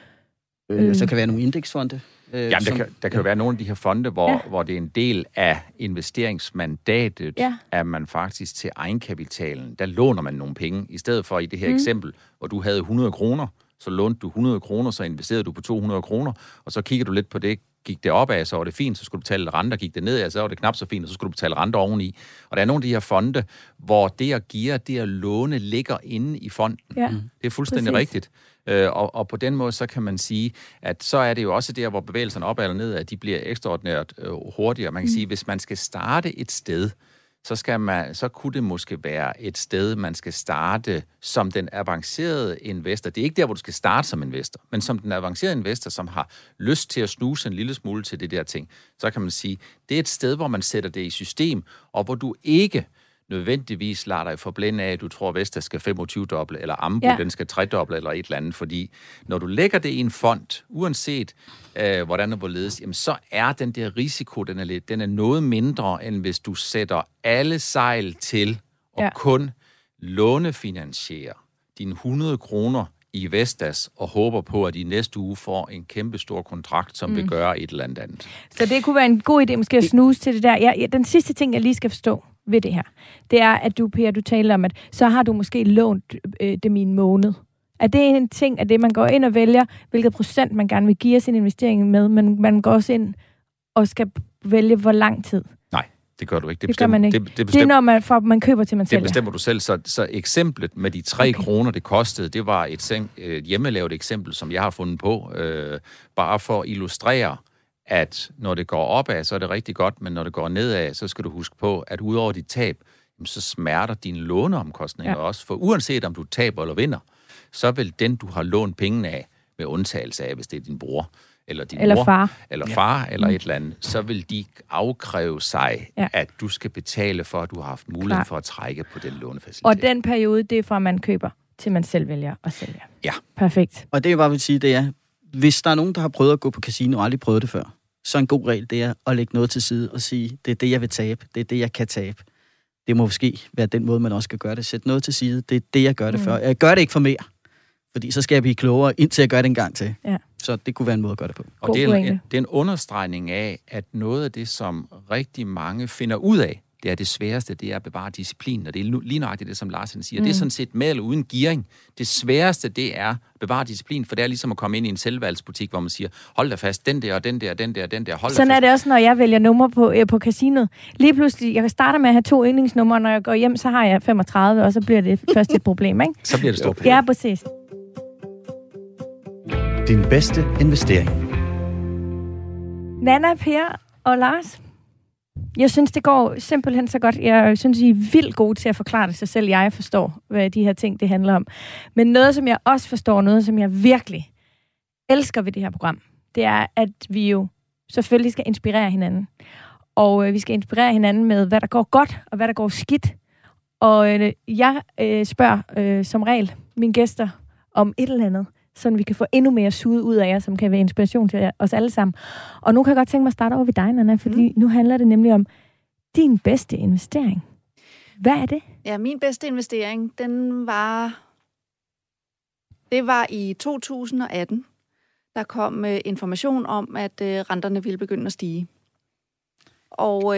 Så kan være nogle indeksfonde. Jamen, der kan jo være nogle af de her fonde, hvor det er en del af investeringsmandatet, at man faktisk til egenkapitalen, der låner man nogle penge. I stedet for i det her eksempel, hvor du havde 100 kroner, så lånte du 100 kroner, så investerede du på 200 kroner, og så kigger du lidt på det. Gik det opad, så var det fint, så skulle du betale renter. Gik det nedad, så var det knap så fint, og så skulle du betale renter oveni. Og der er nogle af de her fonde, hvor det at give, det at låne, ligger inde i fonden. Ja, det er fuldstændig rigtigt. Og på den måde, så kan man sige, at så er det jo også der, hvor bevægelserne op eller ned, at de bliver ekstraordinært hurtigere. Man kan sige, hvis man skal starte et sted, så kunne det måske være et sted, man skal starte som den avancerede investor. Det er ikke der, hvor du skal starte som investor, men som den avancerede investor, som har lyst til at snuse en lille smule til det der ting. Så kan man sige, det er et sted, hvor man sætter det i system, og hvor du ikke nødvendigvis lader dig forblænde af, at du tror, at Vestas skal 25-doble, eller Ambu, den skal 3-doble, eller et eller andet. Fordi når du lægger det i en fond, uanset hvordan og hvorledes, jamen, så er den der risiko, den er noget mindre, end hvis du sætter alle sejl til og kun lånefinansiere dine 100 kroner i Vestas og håber på, at I næste uge får en kæmpe stor kontrakt, som vil gøre et eller andet. Så det kunne være en god idé måske at snuse til det der. Den sidste ting, jeg lige skal forstå ved det her, det er, at du taler om, at så har du måske lånt dem i en måned. Er det en ting, at det man går ind og vælger, hvilket procent man gerne vil give sin investering med, men man går også ind og skal vælge, hvor lang tid? Nej, det gør du ikke. Det gør man ikke. Det er når man køber til man selv. Det bestemmer du selv. Så eksemplet med de 3 kroner, det kostede, det var et hjemmelavet eksempel, som jeg har fundet på, bare for at illustrere, at når det går opad, så er det rigtig godt, men når det går nedad, så skal du huske på, at udover dit tab, så smerter dine låneomkostninger også. For uanset om du taber eller vinder, så vil den, du har lånt pengene af, med undtagelse af, hvis det er din bror, eller din mor, far, eller et eller andet, så vil de afkræve sig, at du skal betale for, at du har haft mulighed for at trække på den lånefacilitet. Og den periode, det er fra, man køber, til man selv vælger at sælge. Ja. Perfekt. Og det, jeg bare vil sige, det er, hvis der er nogen, der har prøvet at gå på casino og aldrig prøvet det før, så en god regel, det er at lægge noget til side og sige, det er det, jeg vil tabe, det er det, jeg kan tabe. Det må måske være den måde, man også skal gøre det. Sæt noget til side, det er det, jeg gør det for. Jeg gør det ikke for mere, fordi så skal jeg blive klogere, indtil jeg gør det en gang til. Ja. Så det kunne være en måde at gøre det på. Og det er en understregning af, at noget af det, som rigtig mange finder ud af det er det sværeste, det er at bevare disciplin, og det er lige nøjagtigt det, som Lars siger. Det er sådan set med eller uden gearing. Det sværeste, det er at bevare disciplin, for det er ligesom at komme ind i en selvvalgsbutik, hvor man siger, hold da fast, den der, den der, den der, den der, hold da sådan fast. Er det også, når jeg vælger numre på casinoet. Lige pludselig, jeg starter med at have 2 yndlingsnumre, når jeg går hjem, så har jeg 35, og så bliver det først et problem, ikke? Så bliver det stort problem. Ja, præcis. Din bedste investering. Nana, Per og Lars, jeg synes, det går simpelthen så godt. Jeg synes, I er vildt gode til at forklare det, så selv jeg forstår, hvad de her ting, det handler om. Men noget, som jeg også forstår, noget, som jeg virkelig elsker ved det her program, det er, at vi jo selvfølgelig skal inspirere hinanden. Og vi skal inspirere hinanden med, hvad der går godt, og hvad der går skidt. Og jeg spørger som regel mine gæster om et eller andet, så vi kan få endnu mere suget ud af jer, som kan være inspiration til os alle sammen. Og nu kan jeg godt tænke mig at starte over ved dig, Nana, fordi nu handler det nemlig om din bedste investering. Hvad er det? Ja, min bedste investering, det var i 2018. Der kom information om, at renterne ville begynde at stige. Og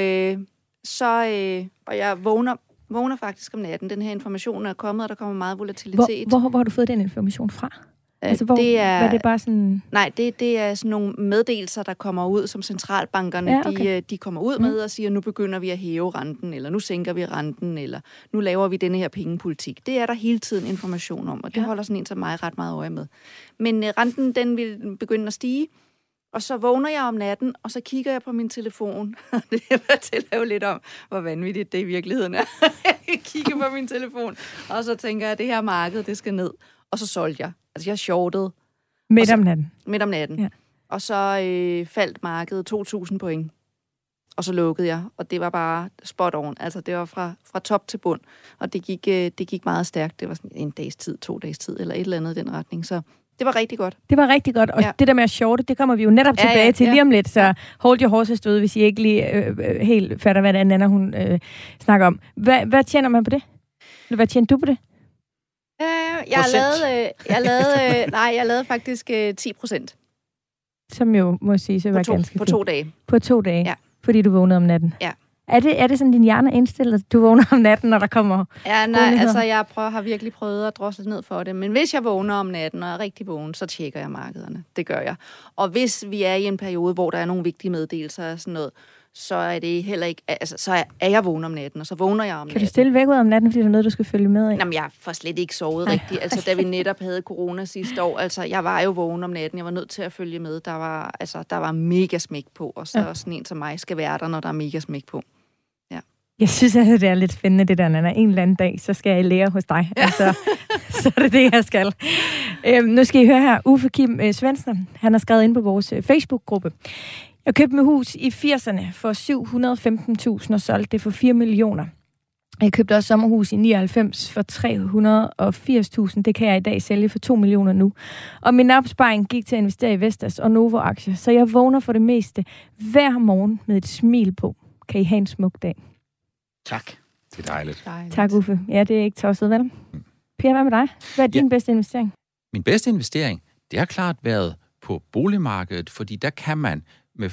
jeg vågner faktisk om natten. Den her information er kommet, og der kommer meget volatilitet. Hvor har du fået den information fra? Altså, var det bare sådan... Nej, det er sådan nogle meddelelser, der kommer ud, som centralbankerne de kommer ud med og siger, nu begynder vi at hæve renten, eller nu sænker vi renten, eller nu laver vi denne her pengepolitik. Det er der hele tiden information om, og det holder sådan en som mig ret meget øje med. Men renten, den vil begynde at stige, og så vågner jeg om natten, og så kigger jeg på min telefon. Det fortæller jo lidt om, hvor vanvittigt det i virkeligheden er. Jeg kigger på min telefon, og så tænker jeg, at det her marked, det skal ned. Og så solgte jeg. Altså, jeg shortede. Midt om natten? Midt om natten. Ja. Og så faldt markedet 2.000 point. Og så lukkede jeg, og det var bare spot on. Altså, det var fra top til bund. Og det gik meget stærkt. Det var sådan en dags tid, 2 dages tid, eller et eller andet i den retning. Så det var rigtig godt. Det var rigtig godt, og det der med at shorte, det kommer vi jo netop tilbage til lige om lidt. Så hold your horses derude, hvis I ikke lige helt fatter, hvad det er, Nana, hun snakker om. Hvad tjener man på det? Hvad tjener du på det? Jeg lavede faktisk 10%. Som jo må sige, så var ganske på 2 dage. På 2 dage? Ja. Fordi du vågnede om natten? Ja. Er det sådan, din hjerne er indstillet, at du vågner om natten, når der kommer... Ja, nej, altså jeg har virkelig prøvet at drosle ned for det. Men hvis jeg vågner om natten, og er rigtig vågen, så tjekker jeg markederne. Det gør jeg. Og hvis vi er i en periode, hvor der er nogle vigtige meddelelser og sådan noget, så er det heller ikke... Altså, så er jeg vågen om natten, og så vågner jeg om natten. Kan du stille væk ud om natten, fordi der er noget, du skal følge med i? Jamen, jeg får slet ikke sovet rigtigt. Altså, da vi netop havde corona sidste år, altså, jeg var jo vågen om natten. Jeg var nødt til at følge med. Der var mega smæk på, og så sådan en som mig skal være der, når der er mega smæk på. Ja. Jeg synes, at det er lidt spændende, det der, Nana. En eller anden dag, så skal jeg lære hos dig. Ja. Altså, så er det det, jeg skal. Nu skal I høre her. Uffe Kim Svendsen, han har skrevet ind på vores Facebook-gruppe. Jeg købte mit hus i 80'erne for 715.000 og solgte det for 4 millioner. Jeg købte også sommerhus i 99 for 380.000. Det kan jeg i dag sælge for 2 millioner nu. Og min opsparing gik til at investere i Vestas og Novo-aktier, så jeg vågner for det meste hver morgen med et smil på. Kan I have en smuk dag? Tak. Det er dejligt. Tak, Uffe. Ja, det er ikke tosset, vel? Per, hvad med dig? Hvad er din bedste investering? Min bedste investering, det har klart været på boligmarkedet, fordi der kan man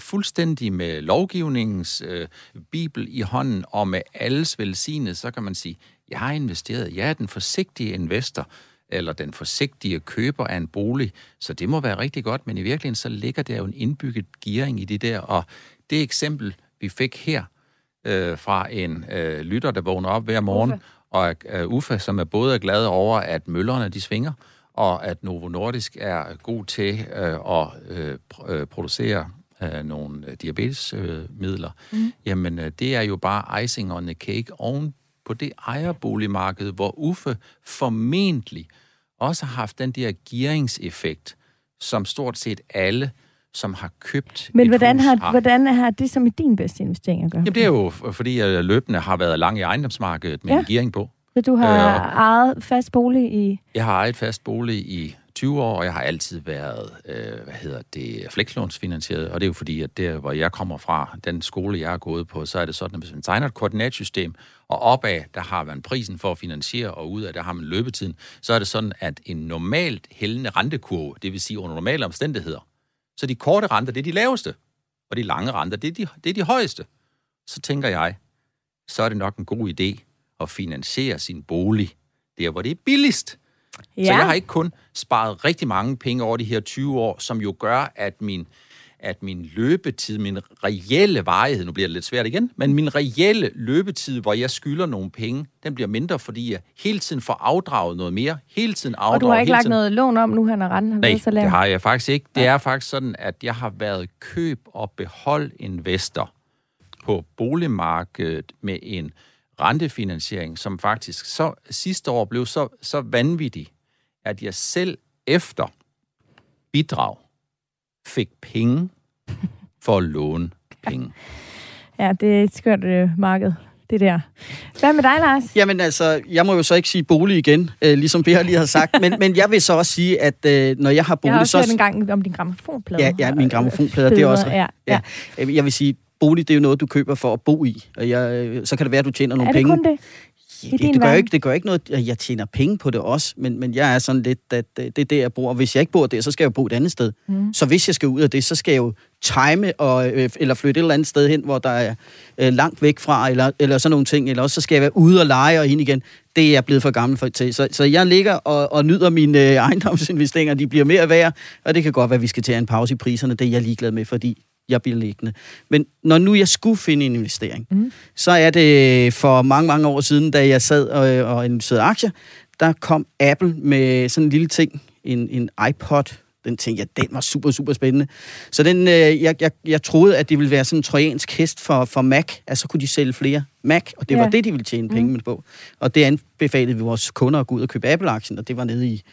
med lovgivningens bibel i hånden og med alles velsignelse, så kan man sige, jeg har investeret, jeg er den forsigtige investor, eller den forsigtige køber af en bolig, så det må være rigtig godt, men i virkeligheden så ligger der jo en indbygget gearing i det der, og det eksempel, vi fik her fra en lytter, der vågner op hver morgen, og Uffe, som er både glad over, at møllerne de svinger, og at Novo Nordisk er god til at producere nogle diabetesmidler, jamen det er jo bare icing on the cake oven på det ejerboligmarked, hvor Uffe formentlig også har haft den der gearingseffekt, som stort set alle, som har købt hvordan har det som din bedste investering at gøre? Jamen det er jo, fordi jeg løbende har været lang i ejendomsmarkedet med en gearing på. Så du har ejet fast bolig i... Jeg har ejet fast bolig i 20 år, og jeg har altid været, flekslånsfinansieret, og det er jo fordi, at der, hvor jeg kommer fra, den skole, jeg er gået på, så er det sådan, at hvis man tegner et koordinatsystem, og opad, der har man prisen for at finansiere, og udad, der har man løbetiden, så er det sådan, at en normalt hældende rentekurve, det vil sige under normale omstændigheder, så de korte renter, det er de laveste, og de lange renter, det er de højeste. Så tænker jeg, så er det nok en god idé at finansiere sin bolig der, hvor det er billigst. Ja. Så jeg har ikke kun sparet rigtig mange penge over de her 20 år, som jo gør, at min løbetid, min reelle varighed, nu bliver det lidt svært igen, men min reelle løbetid, hvor jeg skylder nogle penge, den bliver mindre, fordi jeg hele tiden får afdraget noget mere. Hele tiden afdraget. Og du har ikke lagt noget lån om nu, han er renten? Nej, det har jeg faktisk ikke. Det er faktisk sådan, at jeg har været køb- og beholdinvestor på boligmarkedet med en rentefinansiering, som faktisk sidste år blev så vanvittig, at jeg selv efter bidrag fik penge for at låne penge. Ja, det er et skørt marked, det der. Hvad med dig, Lars? Jamen altså, jeg må jo så ikke sige bolig igen, ligesom Per lige har sagt, men jeg vil så også sige, at når jeg har bolig... Jeg har også hørt en gang om din grammofonplade. Ja, min grammofonplade, det er også... Ja. Jeg vil sige, bolig, det er jo noget, du køber for at bo i, og så kan det være, at du tjener nogle penge. Er det kun det? Det gør ikke noget, at jeg tjener penge på det også, men jeg er sådan lidt, at det er det, jeg bor. Og hvis jeg ikke bor der, så skal jeg jo bo et andet sted. Så hvis jeg skal ud af det, så skal jeg jo time eller flytte et eller andet sted hen, hvor der er langt væk fra, eller sådan nogle ting. Eller også så skal jeg være ude og lege og ind igen. Det er jeg blevet for gammel for til. Så jeg ligger og nyder mine ejendomsinvesteringer. De bliver mere værd, og det kan godt være, at vi skal tage en pause i priserne. Det er jeg ligeglad med, fordi jeg bliver liggende. Men når nu jeg skulle finde en investering, så er det for mange, mange år siden, da jeg sad og investerede aktier, der kom Apple med sådan en lille ting, en iPod. Den tænkte jeg, den var super, super spændende. Så jeg troede, at det ville være sådan en trojansk hest for Mac, altså kunne de sælge flere Mac, og det var det, de ville tjene penge med på. Og det anbefalede vi vores kunder at gå ud og købe Apple-aktien, og det var nede i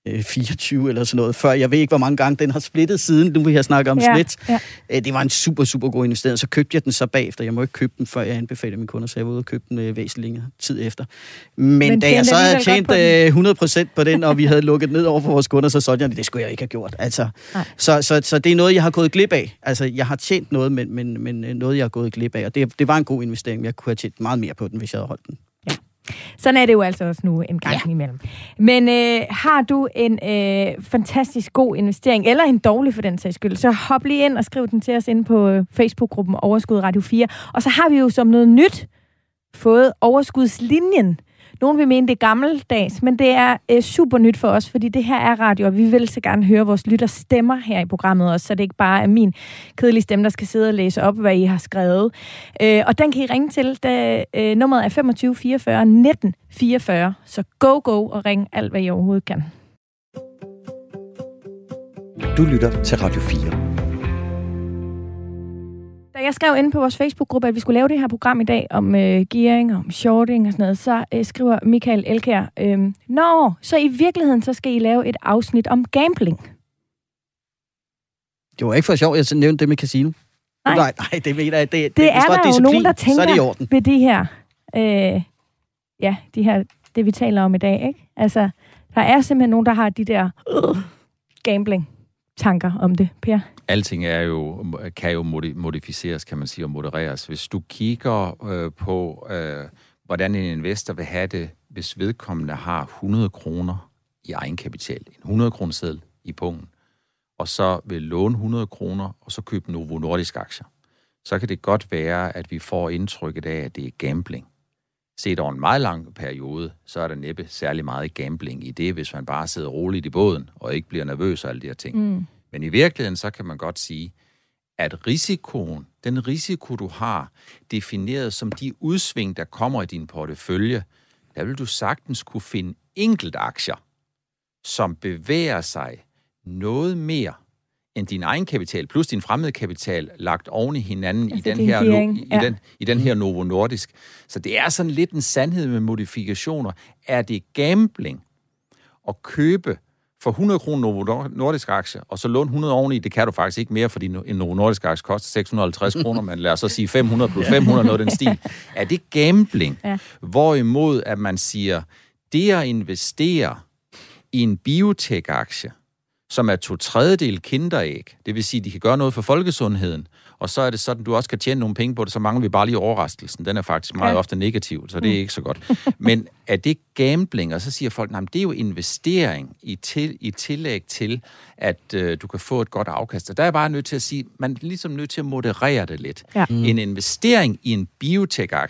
24 eller sådan noget, før jeg ved ikke, hvor mange gange den har splittet siden. Nu vil jeg snakke om split. Ja. Det var en super, super god investering. Så købte jeg den så bagefter. Jeg må ikke købe den, før jeg anbefalede mine kunder, så jeg var ude og købe den væsentligt længere tid efter. Men da jeg så havde tjent 100% på den, og vi havde lukket ned over for vores kunder, så sådan, det skulle jeg ikke have gjort. Altså, så det er noget, jeg har gået glip af. Altså, jeg har tjent noget, men noget, jeg har gået glip af. Og det var en god investering. Jeg kunne have tjent meget mere på den, hvis jeg havde holdt den. Ja. Sådan er det jo altså også nu en gang imellem. Men har du en fantastisk god investering, eller en dårlig for den sags skyld, så hop lige ind og skriv den til os inde på Facebook-gruppen Overskud Radio 4. Og så har vi jo som noget nyt fået Overskudslinjen. Nogen vil mene, det er gammeldags, men det er super nyt for os, fordi det her er radio, og vi vil så gerne høre vores lytters stemmer her i programmet også, så det ikke bare er min kedelige stemme, der skal sidde og læse op, hvad I har skrevet. Og den kan I ringe til, da nummeret er 25 44 19 44, så go og ring alt, hvad I overhovedet kan. Du lytter til Radio 4. Da jeg skrev inde på vores Facebook-gruppe, at vi skulle lave det her program i dag om gearing og om shorting og sådan noget, så skriver Michael Elkjær, så i virkeligheden, så skal I lave et afsnit om gambling. Det var ikke for sjovt, jeg nævnte det med casino. Nej, det mener jeg. Det er der jo nogen, der tænker ved de her, det vi taler om i dag, ikke? Altså, der er simpelthen nogen, der har de der gambling tanker om det, Per? Alting kan jo modificeres, kan man sige, og modereres. Hvis du kigger på, hvordan en investor vil have det, hvis vedkommende har 100 kroner i egenkapital, en 100-kroneseddel i pungen, og så vil låne 100 kroner, og så købe Novo Nordisk aktier, så kan det godt være, at vi får indtrykket af, at det er gambling. Set over en meget lang periode, så er der næppe særlig meget gambling i det, hvis man bare sidder roligt i båden, og ikke bliver nervøs og alle de her ting. Men i virkeligheden, så kan man godt sige, at den risiko, du har, defineret som de udsving, der kommer i din portefølje, der vil du sagtens kunne finde enkelte aktier, som bevæger sig noget mere end din egen kapital, plus din fremmede kapital, lagt oven i hinanden altså i den her Novo Nordisk. Så det er sådan lidt en sandhed med modifikationer. Er det gambling at købe for 100 kroner Novo Nordisk aktie, og så låne 100 oveni, det kan du faktisk ikke mere, fordi en Novo Nordisk aktie koster 650 kroner, men lad os så sige 500 plus 500, noget den stil. Er det gambling? Ja. Hvorimod, at man siger, det at investere i en biotech-aktie, som er 2/3 kinderæg, det vil sige, at de kan gøre noget for folkesundheden, og så er det sådan, at du også kan tjene nogle penge på det, så mangler vi bare lige overraskelsen. Den er faktisk meget ofte negativ, så det er ikke så godt. Men er det gambling? Og så siger folk, nej, det er jo investering i tillæg til, at du kan få et godt afkast. Og der er jeg bare nødt til at sige, man er ligesom nødt til at moderere det lidt. Ja. En investering i en biotech-aktie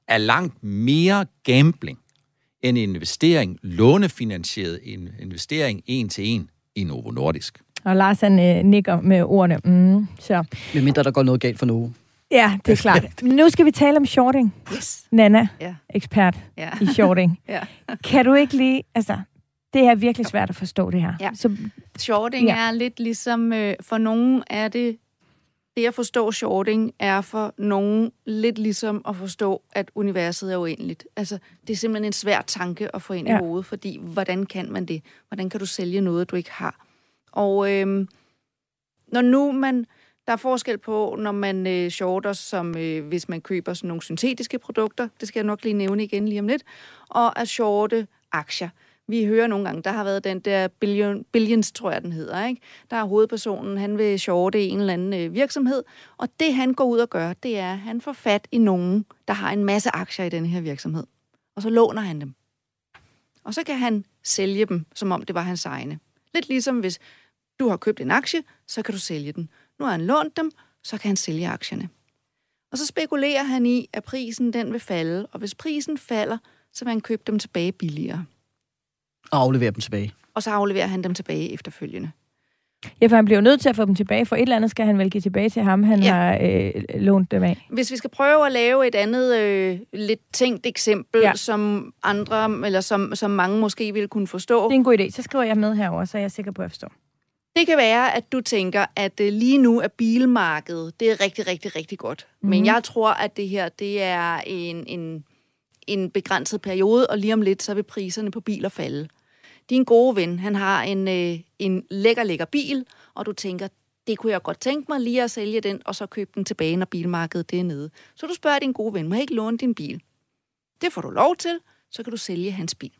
er langt mere gambling end en investering, lånefinansieret investering 1-til-1 i Novo Nordisk. Og Lars han nikker med ordene. Så. Medmindre der går noget galt for Novo. Ja, det er klart. Nu skal vi tale om shorting. Yes. Nana, Ja. ekspert Ja. i shorting. Ja. Kan du ikke lige... Altså, det er virkelig svært at forstå det her. Ja. Så, Shorting er lidt ligesom, for nogen er det at forstå shorting, er for nogen lidt ligesom at forstå, at universet er uendeligt. Altså, det er simpelthen en svær tanke at få ind i hovedet, fordi hvordan kan man det? Hvordan kan du sælge noget, du ikke har? Og når nu der er forskel på, når man shorter, som hvis man køber sådan nogle syntetiske produkter, det skal jeg nok lige nævne igen lige om lidt, og at shorte aktier. Vi hører nogle gange, der har været den der Billions, tror jeg, den hedder, ikke? Der er hovedpersonen, han vil shorte en eller anden virksomhed, og det han går ud og gør, det er, at han får fat i nogen, der har en masse aktier i den her virksomhed. Og så låner han dem. Og så kan han sælge dem, som om det var hans egne. Lidt ligesom hvis du har købt en aktie, så kan du sælge den. Nu har han lånt dem, så kan han sælge aktierne. Og så spekulerer han i, at prisen den vil falde, og hvis prisen falder, så vil han købe dem tilbage billigere. Og aflevere dem tilbage. Og så afleverer han dem tilbage efterfølgende. Ja, for han bliver nødt til at få dem tilbage, for et eller andet skal han vel give tilbage til ham, han har lånt dem af. Hvis vi skal prøve at lave et andet lidt tænkt eksempel, som andre, eller som mange måske vil kunne forstå. Det er en god idé. Så skriver jeg med herover, så er jeg sikker på at forstå. Det kan være, at du tænker, at lige nu er bilmarkedet, det er rigtig, rigtig, rigtig godt. Men jeg tror, at det her, det er en begrænset periode, og lige om lidt, så vil priserne på biler falde. Din gode ven, han har en lækker bil, og du tænker, det kunne jeg godt tænke mig lige at sælge den, og så købe den tilbage, når bilmarkedet det er nede. Så du spørger din gode ven, må jeg ikke låne din bil? Det får du lov til, så kan du sælge hans bil.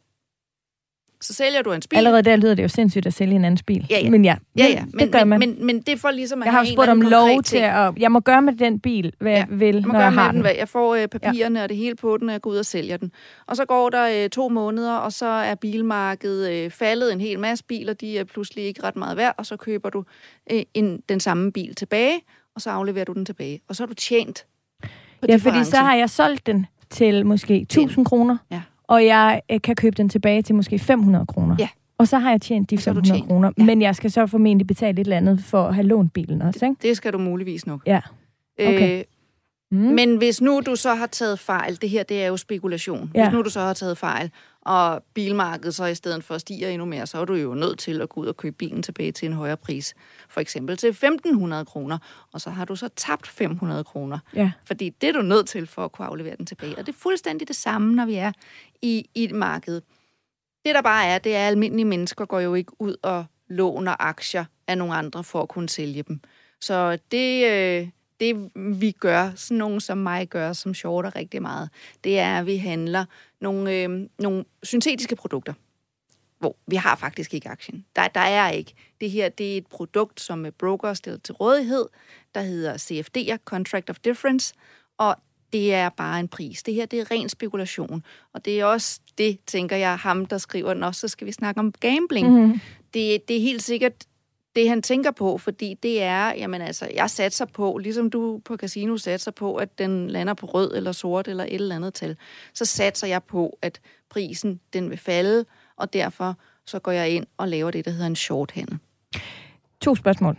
Så sælger du hans bil. Allerede der lyder det jo sindssygt at sælge en andens bil. Ja. Men det gør man. Men det får ligesom at jeg har spurgt om lov til at... Jeg må gøre med den bil, hvad jeg vil, når jeg har den. Jeg får papirerne og det hele på den, og jeg går ud og sælger den. Og så går der 2 måneder, og så er bilmarkedet faldet en hel masse biler. De er pludselig ikke ret meget værd, og så køber du den samme bil tilbage, og så afleverer du den tilbage. Og så har du tjent på fordi så har jeg solgt den til måske 1.000 kroner. Ja. Og jeg kan købe den tilbage til måske 500 kroner. Ja. Og så har jeg tjent de 500 kroner. Ja. Men jeg skal så formentlig betale et eller andet for at have lånt bilen også, ikke? Det skal du muligvis nok. Ja. Okay. Men hvis nu du så har taget fejl, det her, det er jo spekulation. Ja. Hvis nu du så har taget fejl, og bilmarkedet så i stedet for stiger endnu mere, så er du jo nødt til at gå ud og købe bilen tilbage til en højere pris. For eksempel til 1.500 kroner, og så har du så tabt 500 kroner. Ja. Fordi det er du nødt til for at kunne aflevere den tilbage. Og det er fuldstændig det samme, når vi er i et marked. Det der bare er, det er, at almindelige mennesker går jo ikke ud og låner aktier af nogle andre for at kunne sælge dem. Så det vi gør, sådan nogen som mig gør, som shorter rigtig meget, det er, at vi handler nogle syntetiske produkter, hvor vi har faktisk ikke aktien. Der er ikke. Det her, det er et produkt, som broker stiller til rådighed, der hedder CFD'er, Contract of Difference, og det er bare en pris. Det her, det er ren spekulation. Og det er også det, tænker jeg, ham, der skriver den også, så skal vi snakke om gambling. Mm-hmm. Det er helt sikkert det, han tænker på, fordi det er, jamen altså, jeg satser på, ligesom du på casino satser på, at den lander på rød eller sort eller et eller andet tal, så satser jeg på, at prisen, den vil falde, og derfor så går jeg ind og laver det, der hedder en shorthandel. 2 spørgsmål.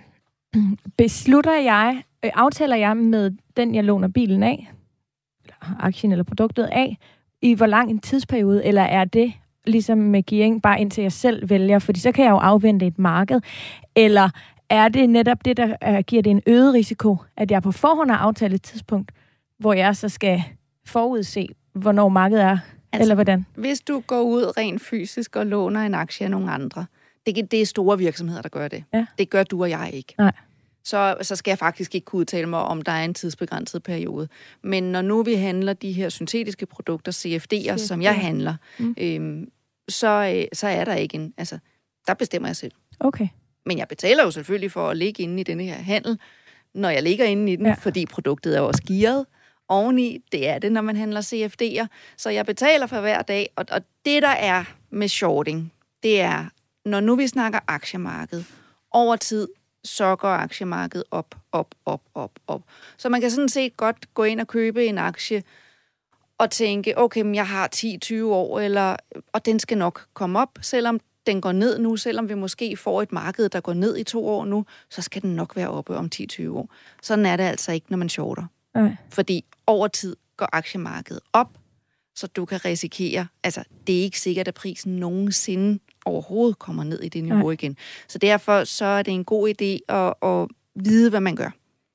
Aftaler jeg med den, jeg låner bilen af, eller aktien eller produktet af, i hvor lang en tidsperiode, eller er det ligesom med gearing, bare indtil jeg selv vælger, fordi så kan jeg jo afvente et marked, eller er det netop det, der giver det en øget risiko, at jeg på forhånd har aftalt et tidspunkt, hvor jeg så skal forudse, hvornår markedet er, eller hvordan? Hvis du går ud rent fysisk og låner en aktie af nogle andre, det er store virksomheder, der gør det. Ja. Det gør du og jeg ikke. Nej. Så skal jeg faktisk ikke kunne udtale mig, om der er en tidsbegrænset periode. Men når nu vi handler de her syntetiske produkter, CFD'er, som jeg handler, så er der ikke en... Altså, der bestemmer jeg selv. Okay. Men jeg betaler jo selvfølgelig for at ligge inde i denne her handel, når jeg ligger inde i den, fordi produktet er også gearet oveni. Det er det, når man handler CFD'er. Så jeg betaler for hver dag, og det, der er med shorting, det er, når nu vi snakker aktiemarked, over tid, så går aktiemarkedet op. Så man kan sådan set godt gå ind og købe en aktie, og tænke, okay, men jeg har 10-20 år, og den skal nok komme op, selvom den går ned nu, selvom vi måske får et marked, der går ned i 2 år nu, så skal den nok være oppe om 10-20 år. Sådan er det altså ikke, når man shorter. Fordi over tid går aktiemarkedet op, så du kan risikere, altså det er ikke sikkert, at prisen nogensinde overhovedet kommer ned i det niveau igen. Så derfor så er det en god idé at vide, hvad man gør.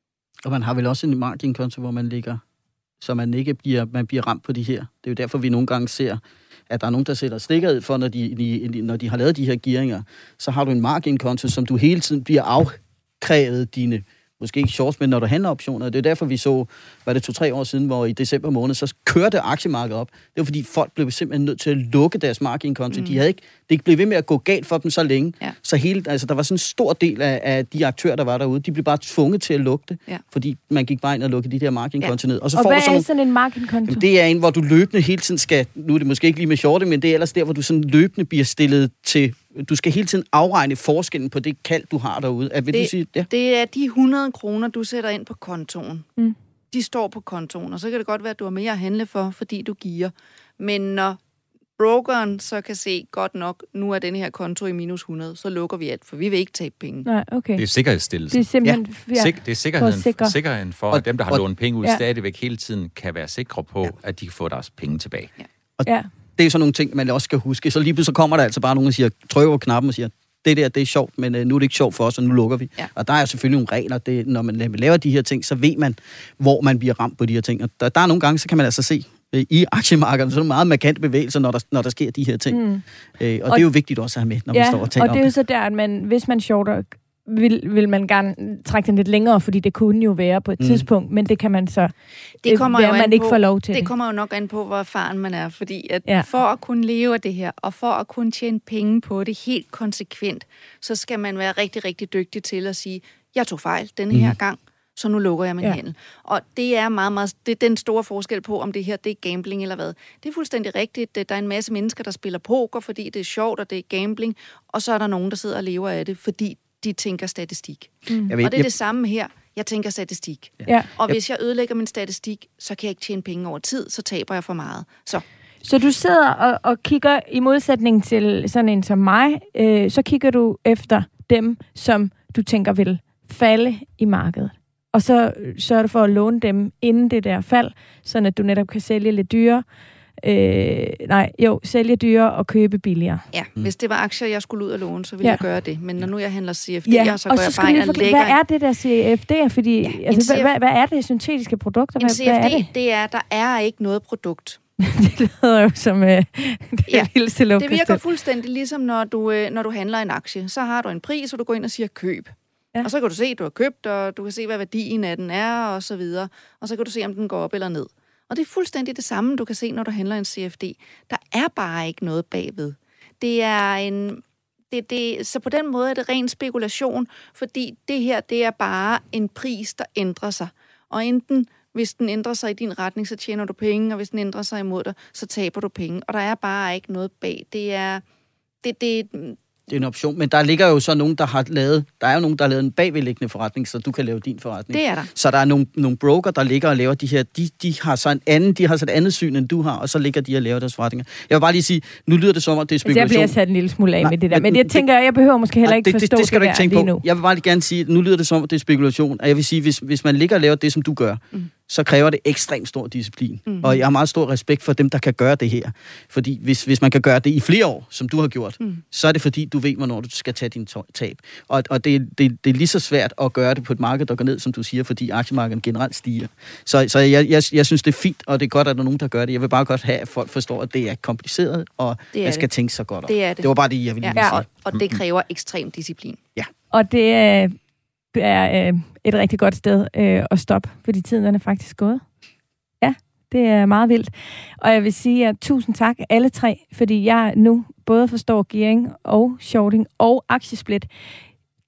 Og man har vel også en margin-konto, hvor man ligger, så man ikke bliver ramt på de her. Det er jo derfor, vi nogle gange ser, at der er nogen, der sætter stikkerhed for, når de har lavet de her gearinger, så har du en margin-konto, som du hele tiden bliver afkrævet dine, måske ikke shorts, men når du handler optioner. Det er derfor, vi så, var det 2-3 år siden, hvor i december måned, så kørte aktiemarkedet op. Det var fordi folk blev simpelthen nødt til at lukke deres margin-konto. Det blev ved med at gå galt for dem så længe. Ja. Så der var sådan en stor del af de aktører, der var derude, de blev bare tvunget til at lukke det, fordi man gik bare ind og lukkede de der margin-konto ned. Og hvad er sådan en margin-konto? Det er en, hvor du løbende hele tiden skal, nu er det måske ikke lige med shorte, men det er ellers der, hvor du sådan løbende bliver stillet til. Du skal hele tiden afregne forskellen på det kald, du har derude. Det er de 100 kroner, du sætter ind på kontoen. De står på kontoen, og så kan det godt være, at du har mere at handle for, fordi du giver. Men når brokeren så kan se godt nok, nu er den her konto i minus 100, så lukker vi alt, for vi vil ikke tabe penge. Nej, okay. Det er sikkerhedsstillelse. Det er simpelthen det er sikkerheden for, at dem, der har lånt penge ud, stadigvæk hele tiden kan være sikre på, at de kan få deres penge tilbage. Det er sådan nogle ting, man også skal huske. Så lige pludselig kommer der altså bare nogen, der siger, trykker på knappen og siger, det er sjovt, men nu er det ikke sjovt for os, og nu lukker vi. Ja. Og der er selvfølgelig nogle regler. Når man laver de her ting, så ved man, hvor man bliver ramt på de her ting. Og der er nogle gange, så kan man altså se i aktiemarkedet, så er der meget markante bevægelser, når der sker de her ting. Og det er jo vigtigt også at have med, når vi står og taler om det. Og det er jo så der, at hvis man shorter, vil man gerne trække den lidt længere, fordi det kunne jo være på et tidspunkt, men det kan man så man ikke får lov til. Det kommer jo nok an på, hvor erfaren man er, fordi for at kunne leve af det her, og for at kunne tjene penge på det helt konsekvent, så skal man være rigtig, rigtig dygtig til at sige, jeg tog fejl denne her gang, så nu lukker jeg min handel. Og det er meget, det er den store forskel på, om det her det er gambling eller hvad. Det er fuldstændig rigtigt. Der er en masse mennesker, der spiller poker, fordi det er sjovt, og det er gambling, og så er der nogen, der sidder og lever af det, fordi de tænker statistik. Og det er det samme her. Jeg tænker statistik. Ja. Og hvis jeg ødelægger min statistik, så kan jeg ikke tjene penge over tid, så taber jeg for meget. Så du sidder og kigger, i modsætning til sådan en som mig, så kigger du efter dem, som du tænker vil falde i markedet. Og så sørger du for at låne dem inden det der fald, sådan at du netop kan sælge lidt dyrere. Sælge dyrere og købe billigere. Ja, hvis det var aktier, jeg skulle ud og låne, så ville jeg gøre det. Men når nu jeg handler CFD'er, så går jeg bare ind og lægger. Hvad er det der CFD'er? Fordi, hvad er det syntetiske produkter? En CFD, det er, der er ikke noget produkt. Det lyder jo som det virker fuldstændig ligesom, når du handler en aktie. Så har du en pris, og du går ind og siger køb. Ja. Og så kan du se, at du har købt, og du kan se, hvad værdien af den er, og så videre. Og så kan du se, om den går op eller ned. Og det er fuldstændig det samme, du kan se, når du handler en CFD. Der er bare ikke noget bagved. Det er så på den måde er det ren spekulation, fordi det her, det er bare en pris, der ændrer sig. Og enten, hvis den ændrer sig i din retning, så tjener du penge, og hvis den ændrer sig imod dig, så taber du penge. Og der er bare ikke noget bag. Det er en option, men der ligger jo så nogen, der er jo nogen, der har lavet en bagvedliggende forretning, så du kan lave din forretning. Det er der. Så der er nogle broker, der ligger og laver de her, de har så et andet syn, end du har, og så ligger de og laver deres forretninger. Jeg vil bare lige sige, nu lyder det som, at det er spekulation. Jeg bliver sat en lille smule af med det der, men jeg tænker, jeg behøver måske heller ikke forstå det skal du ikke tænke på. Nu. Jeg vil bare lige gerne sige, at nu lyder det som, at det er spekulation, og jeg vil sige, hvis man ligger og laver det, som du gør, så kræver det ekstremt stor disciplin. Og jeg har meget stor respekt for dem, der kan gøre det her. Fordi hvis man kan gøre det i flere år, som du har gjort, så er det fordi, du ved, hvornår du skal tage din tab. Og det er lige så svært at gøre det på et marked, der går ned, som du siger, fordi aktiemarkedet generelt stiger. Så jeg synes, det er fint, og det er godt, at der er nogen, der gør det. Jeg vil bare godt have, at folk forstår, at det er kompliceret, og man skal tænke så godt om. Det var bare det, jeg ville sige. Og det kræver ekstrem disciplin. Ja. Og det er et rigtig godt sted at stoppe, fordi tiden er faktisk gået. Ja, det er meget vildt. Og jeg vil sige at tusind tak alle tre, fordi jeg nu både forstår gearing og shorting og aktiesplit.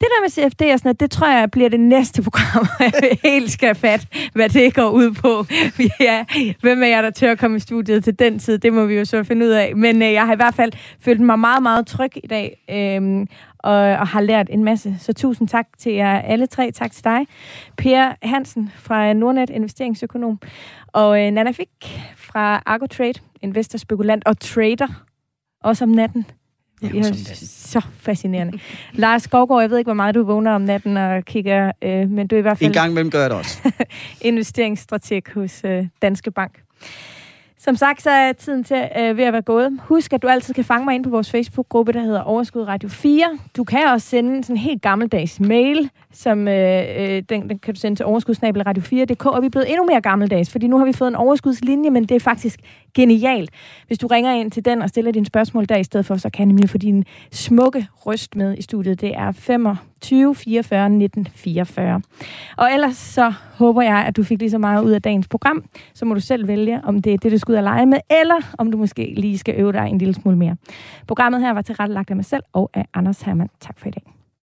Det der med CFD og sådan noget, det tror jeg bliver det næste program, jeg helt skal fat, hvad det går ud på. Ja, hvem er jeg, der tør at komme i studiet til den tid? Det må vi jo så finde ud af. Men jeg har i hvert fald følt mig meget, meget tryg i dag, og har lært en masse. Så tusind tak til jer alle tre. Tak til dig, Per Hansen fra Nordnet, investeringsøkonom, og Nanna Fik fra ArgoTrade, investor, spekulant og trader, også om natten. Det er så fascinerende. Lars Skovgaard, jeg ved ikke, hvor meget du vågner om natten og kigger, men du er i hvert fald... En gang imellem gør jeg det også. investeringsstrateg hos Danske Bank. Som sagt, så er tiden til ved at være gået. Husk, at du altid kan fange mig ind på vores Facebook-gruppe, der hedder Overskud Radio 4. Du kan også sende sådan en helt gammeldags mail, som den kan du sende til overskudsnabel-radio4.dk, og vi er blevet endnu mere gammeldags, fordi nu har vi fået en overskudslinje, men det er faktisk genialt. Hvis du ringer ind til den og stiller dine spørgsmål der i stedet for, så kan jeg nemlig få din smukke røst med i studiet. Det er 25 44 19 44. Og ellers så håber jeg, at du fik lige så meget ud af dagens program. Så må du selv vælge, om det er det, du skal ud og lege med, eller om du måske lige skal øve dig en lille smule mere. Programmet her var tilrettelagt af mig selv og af Anders Hermann. Tak for i dag.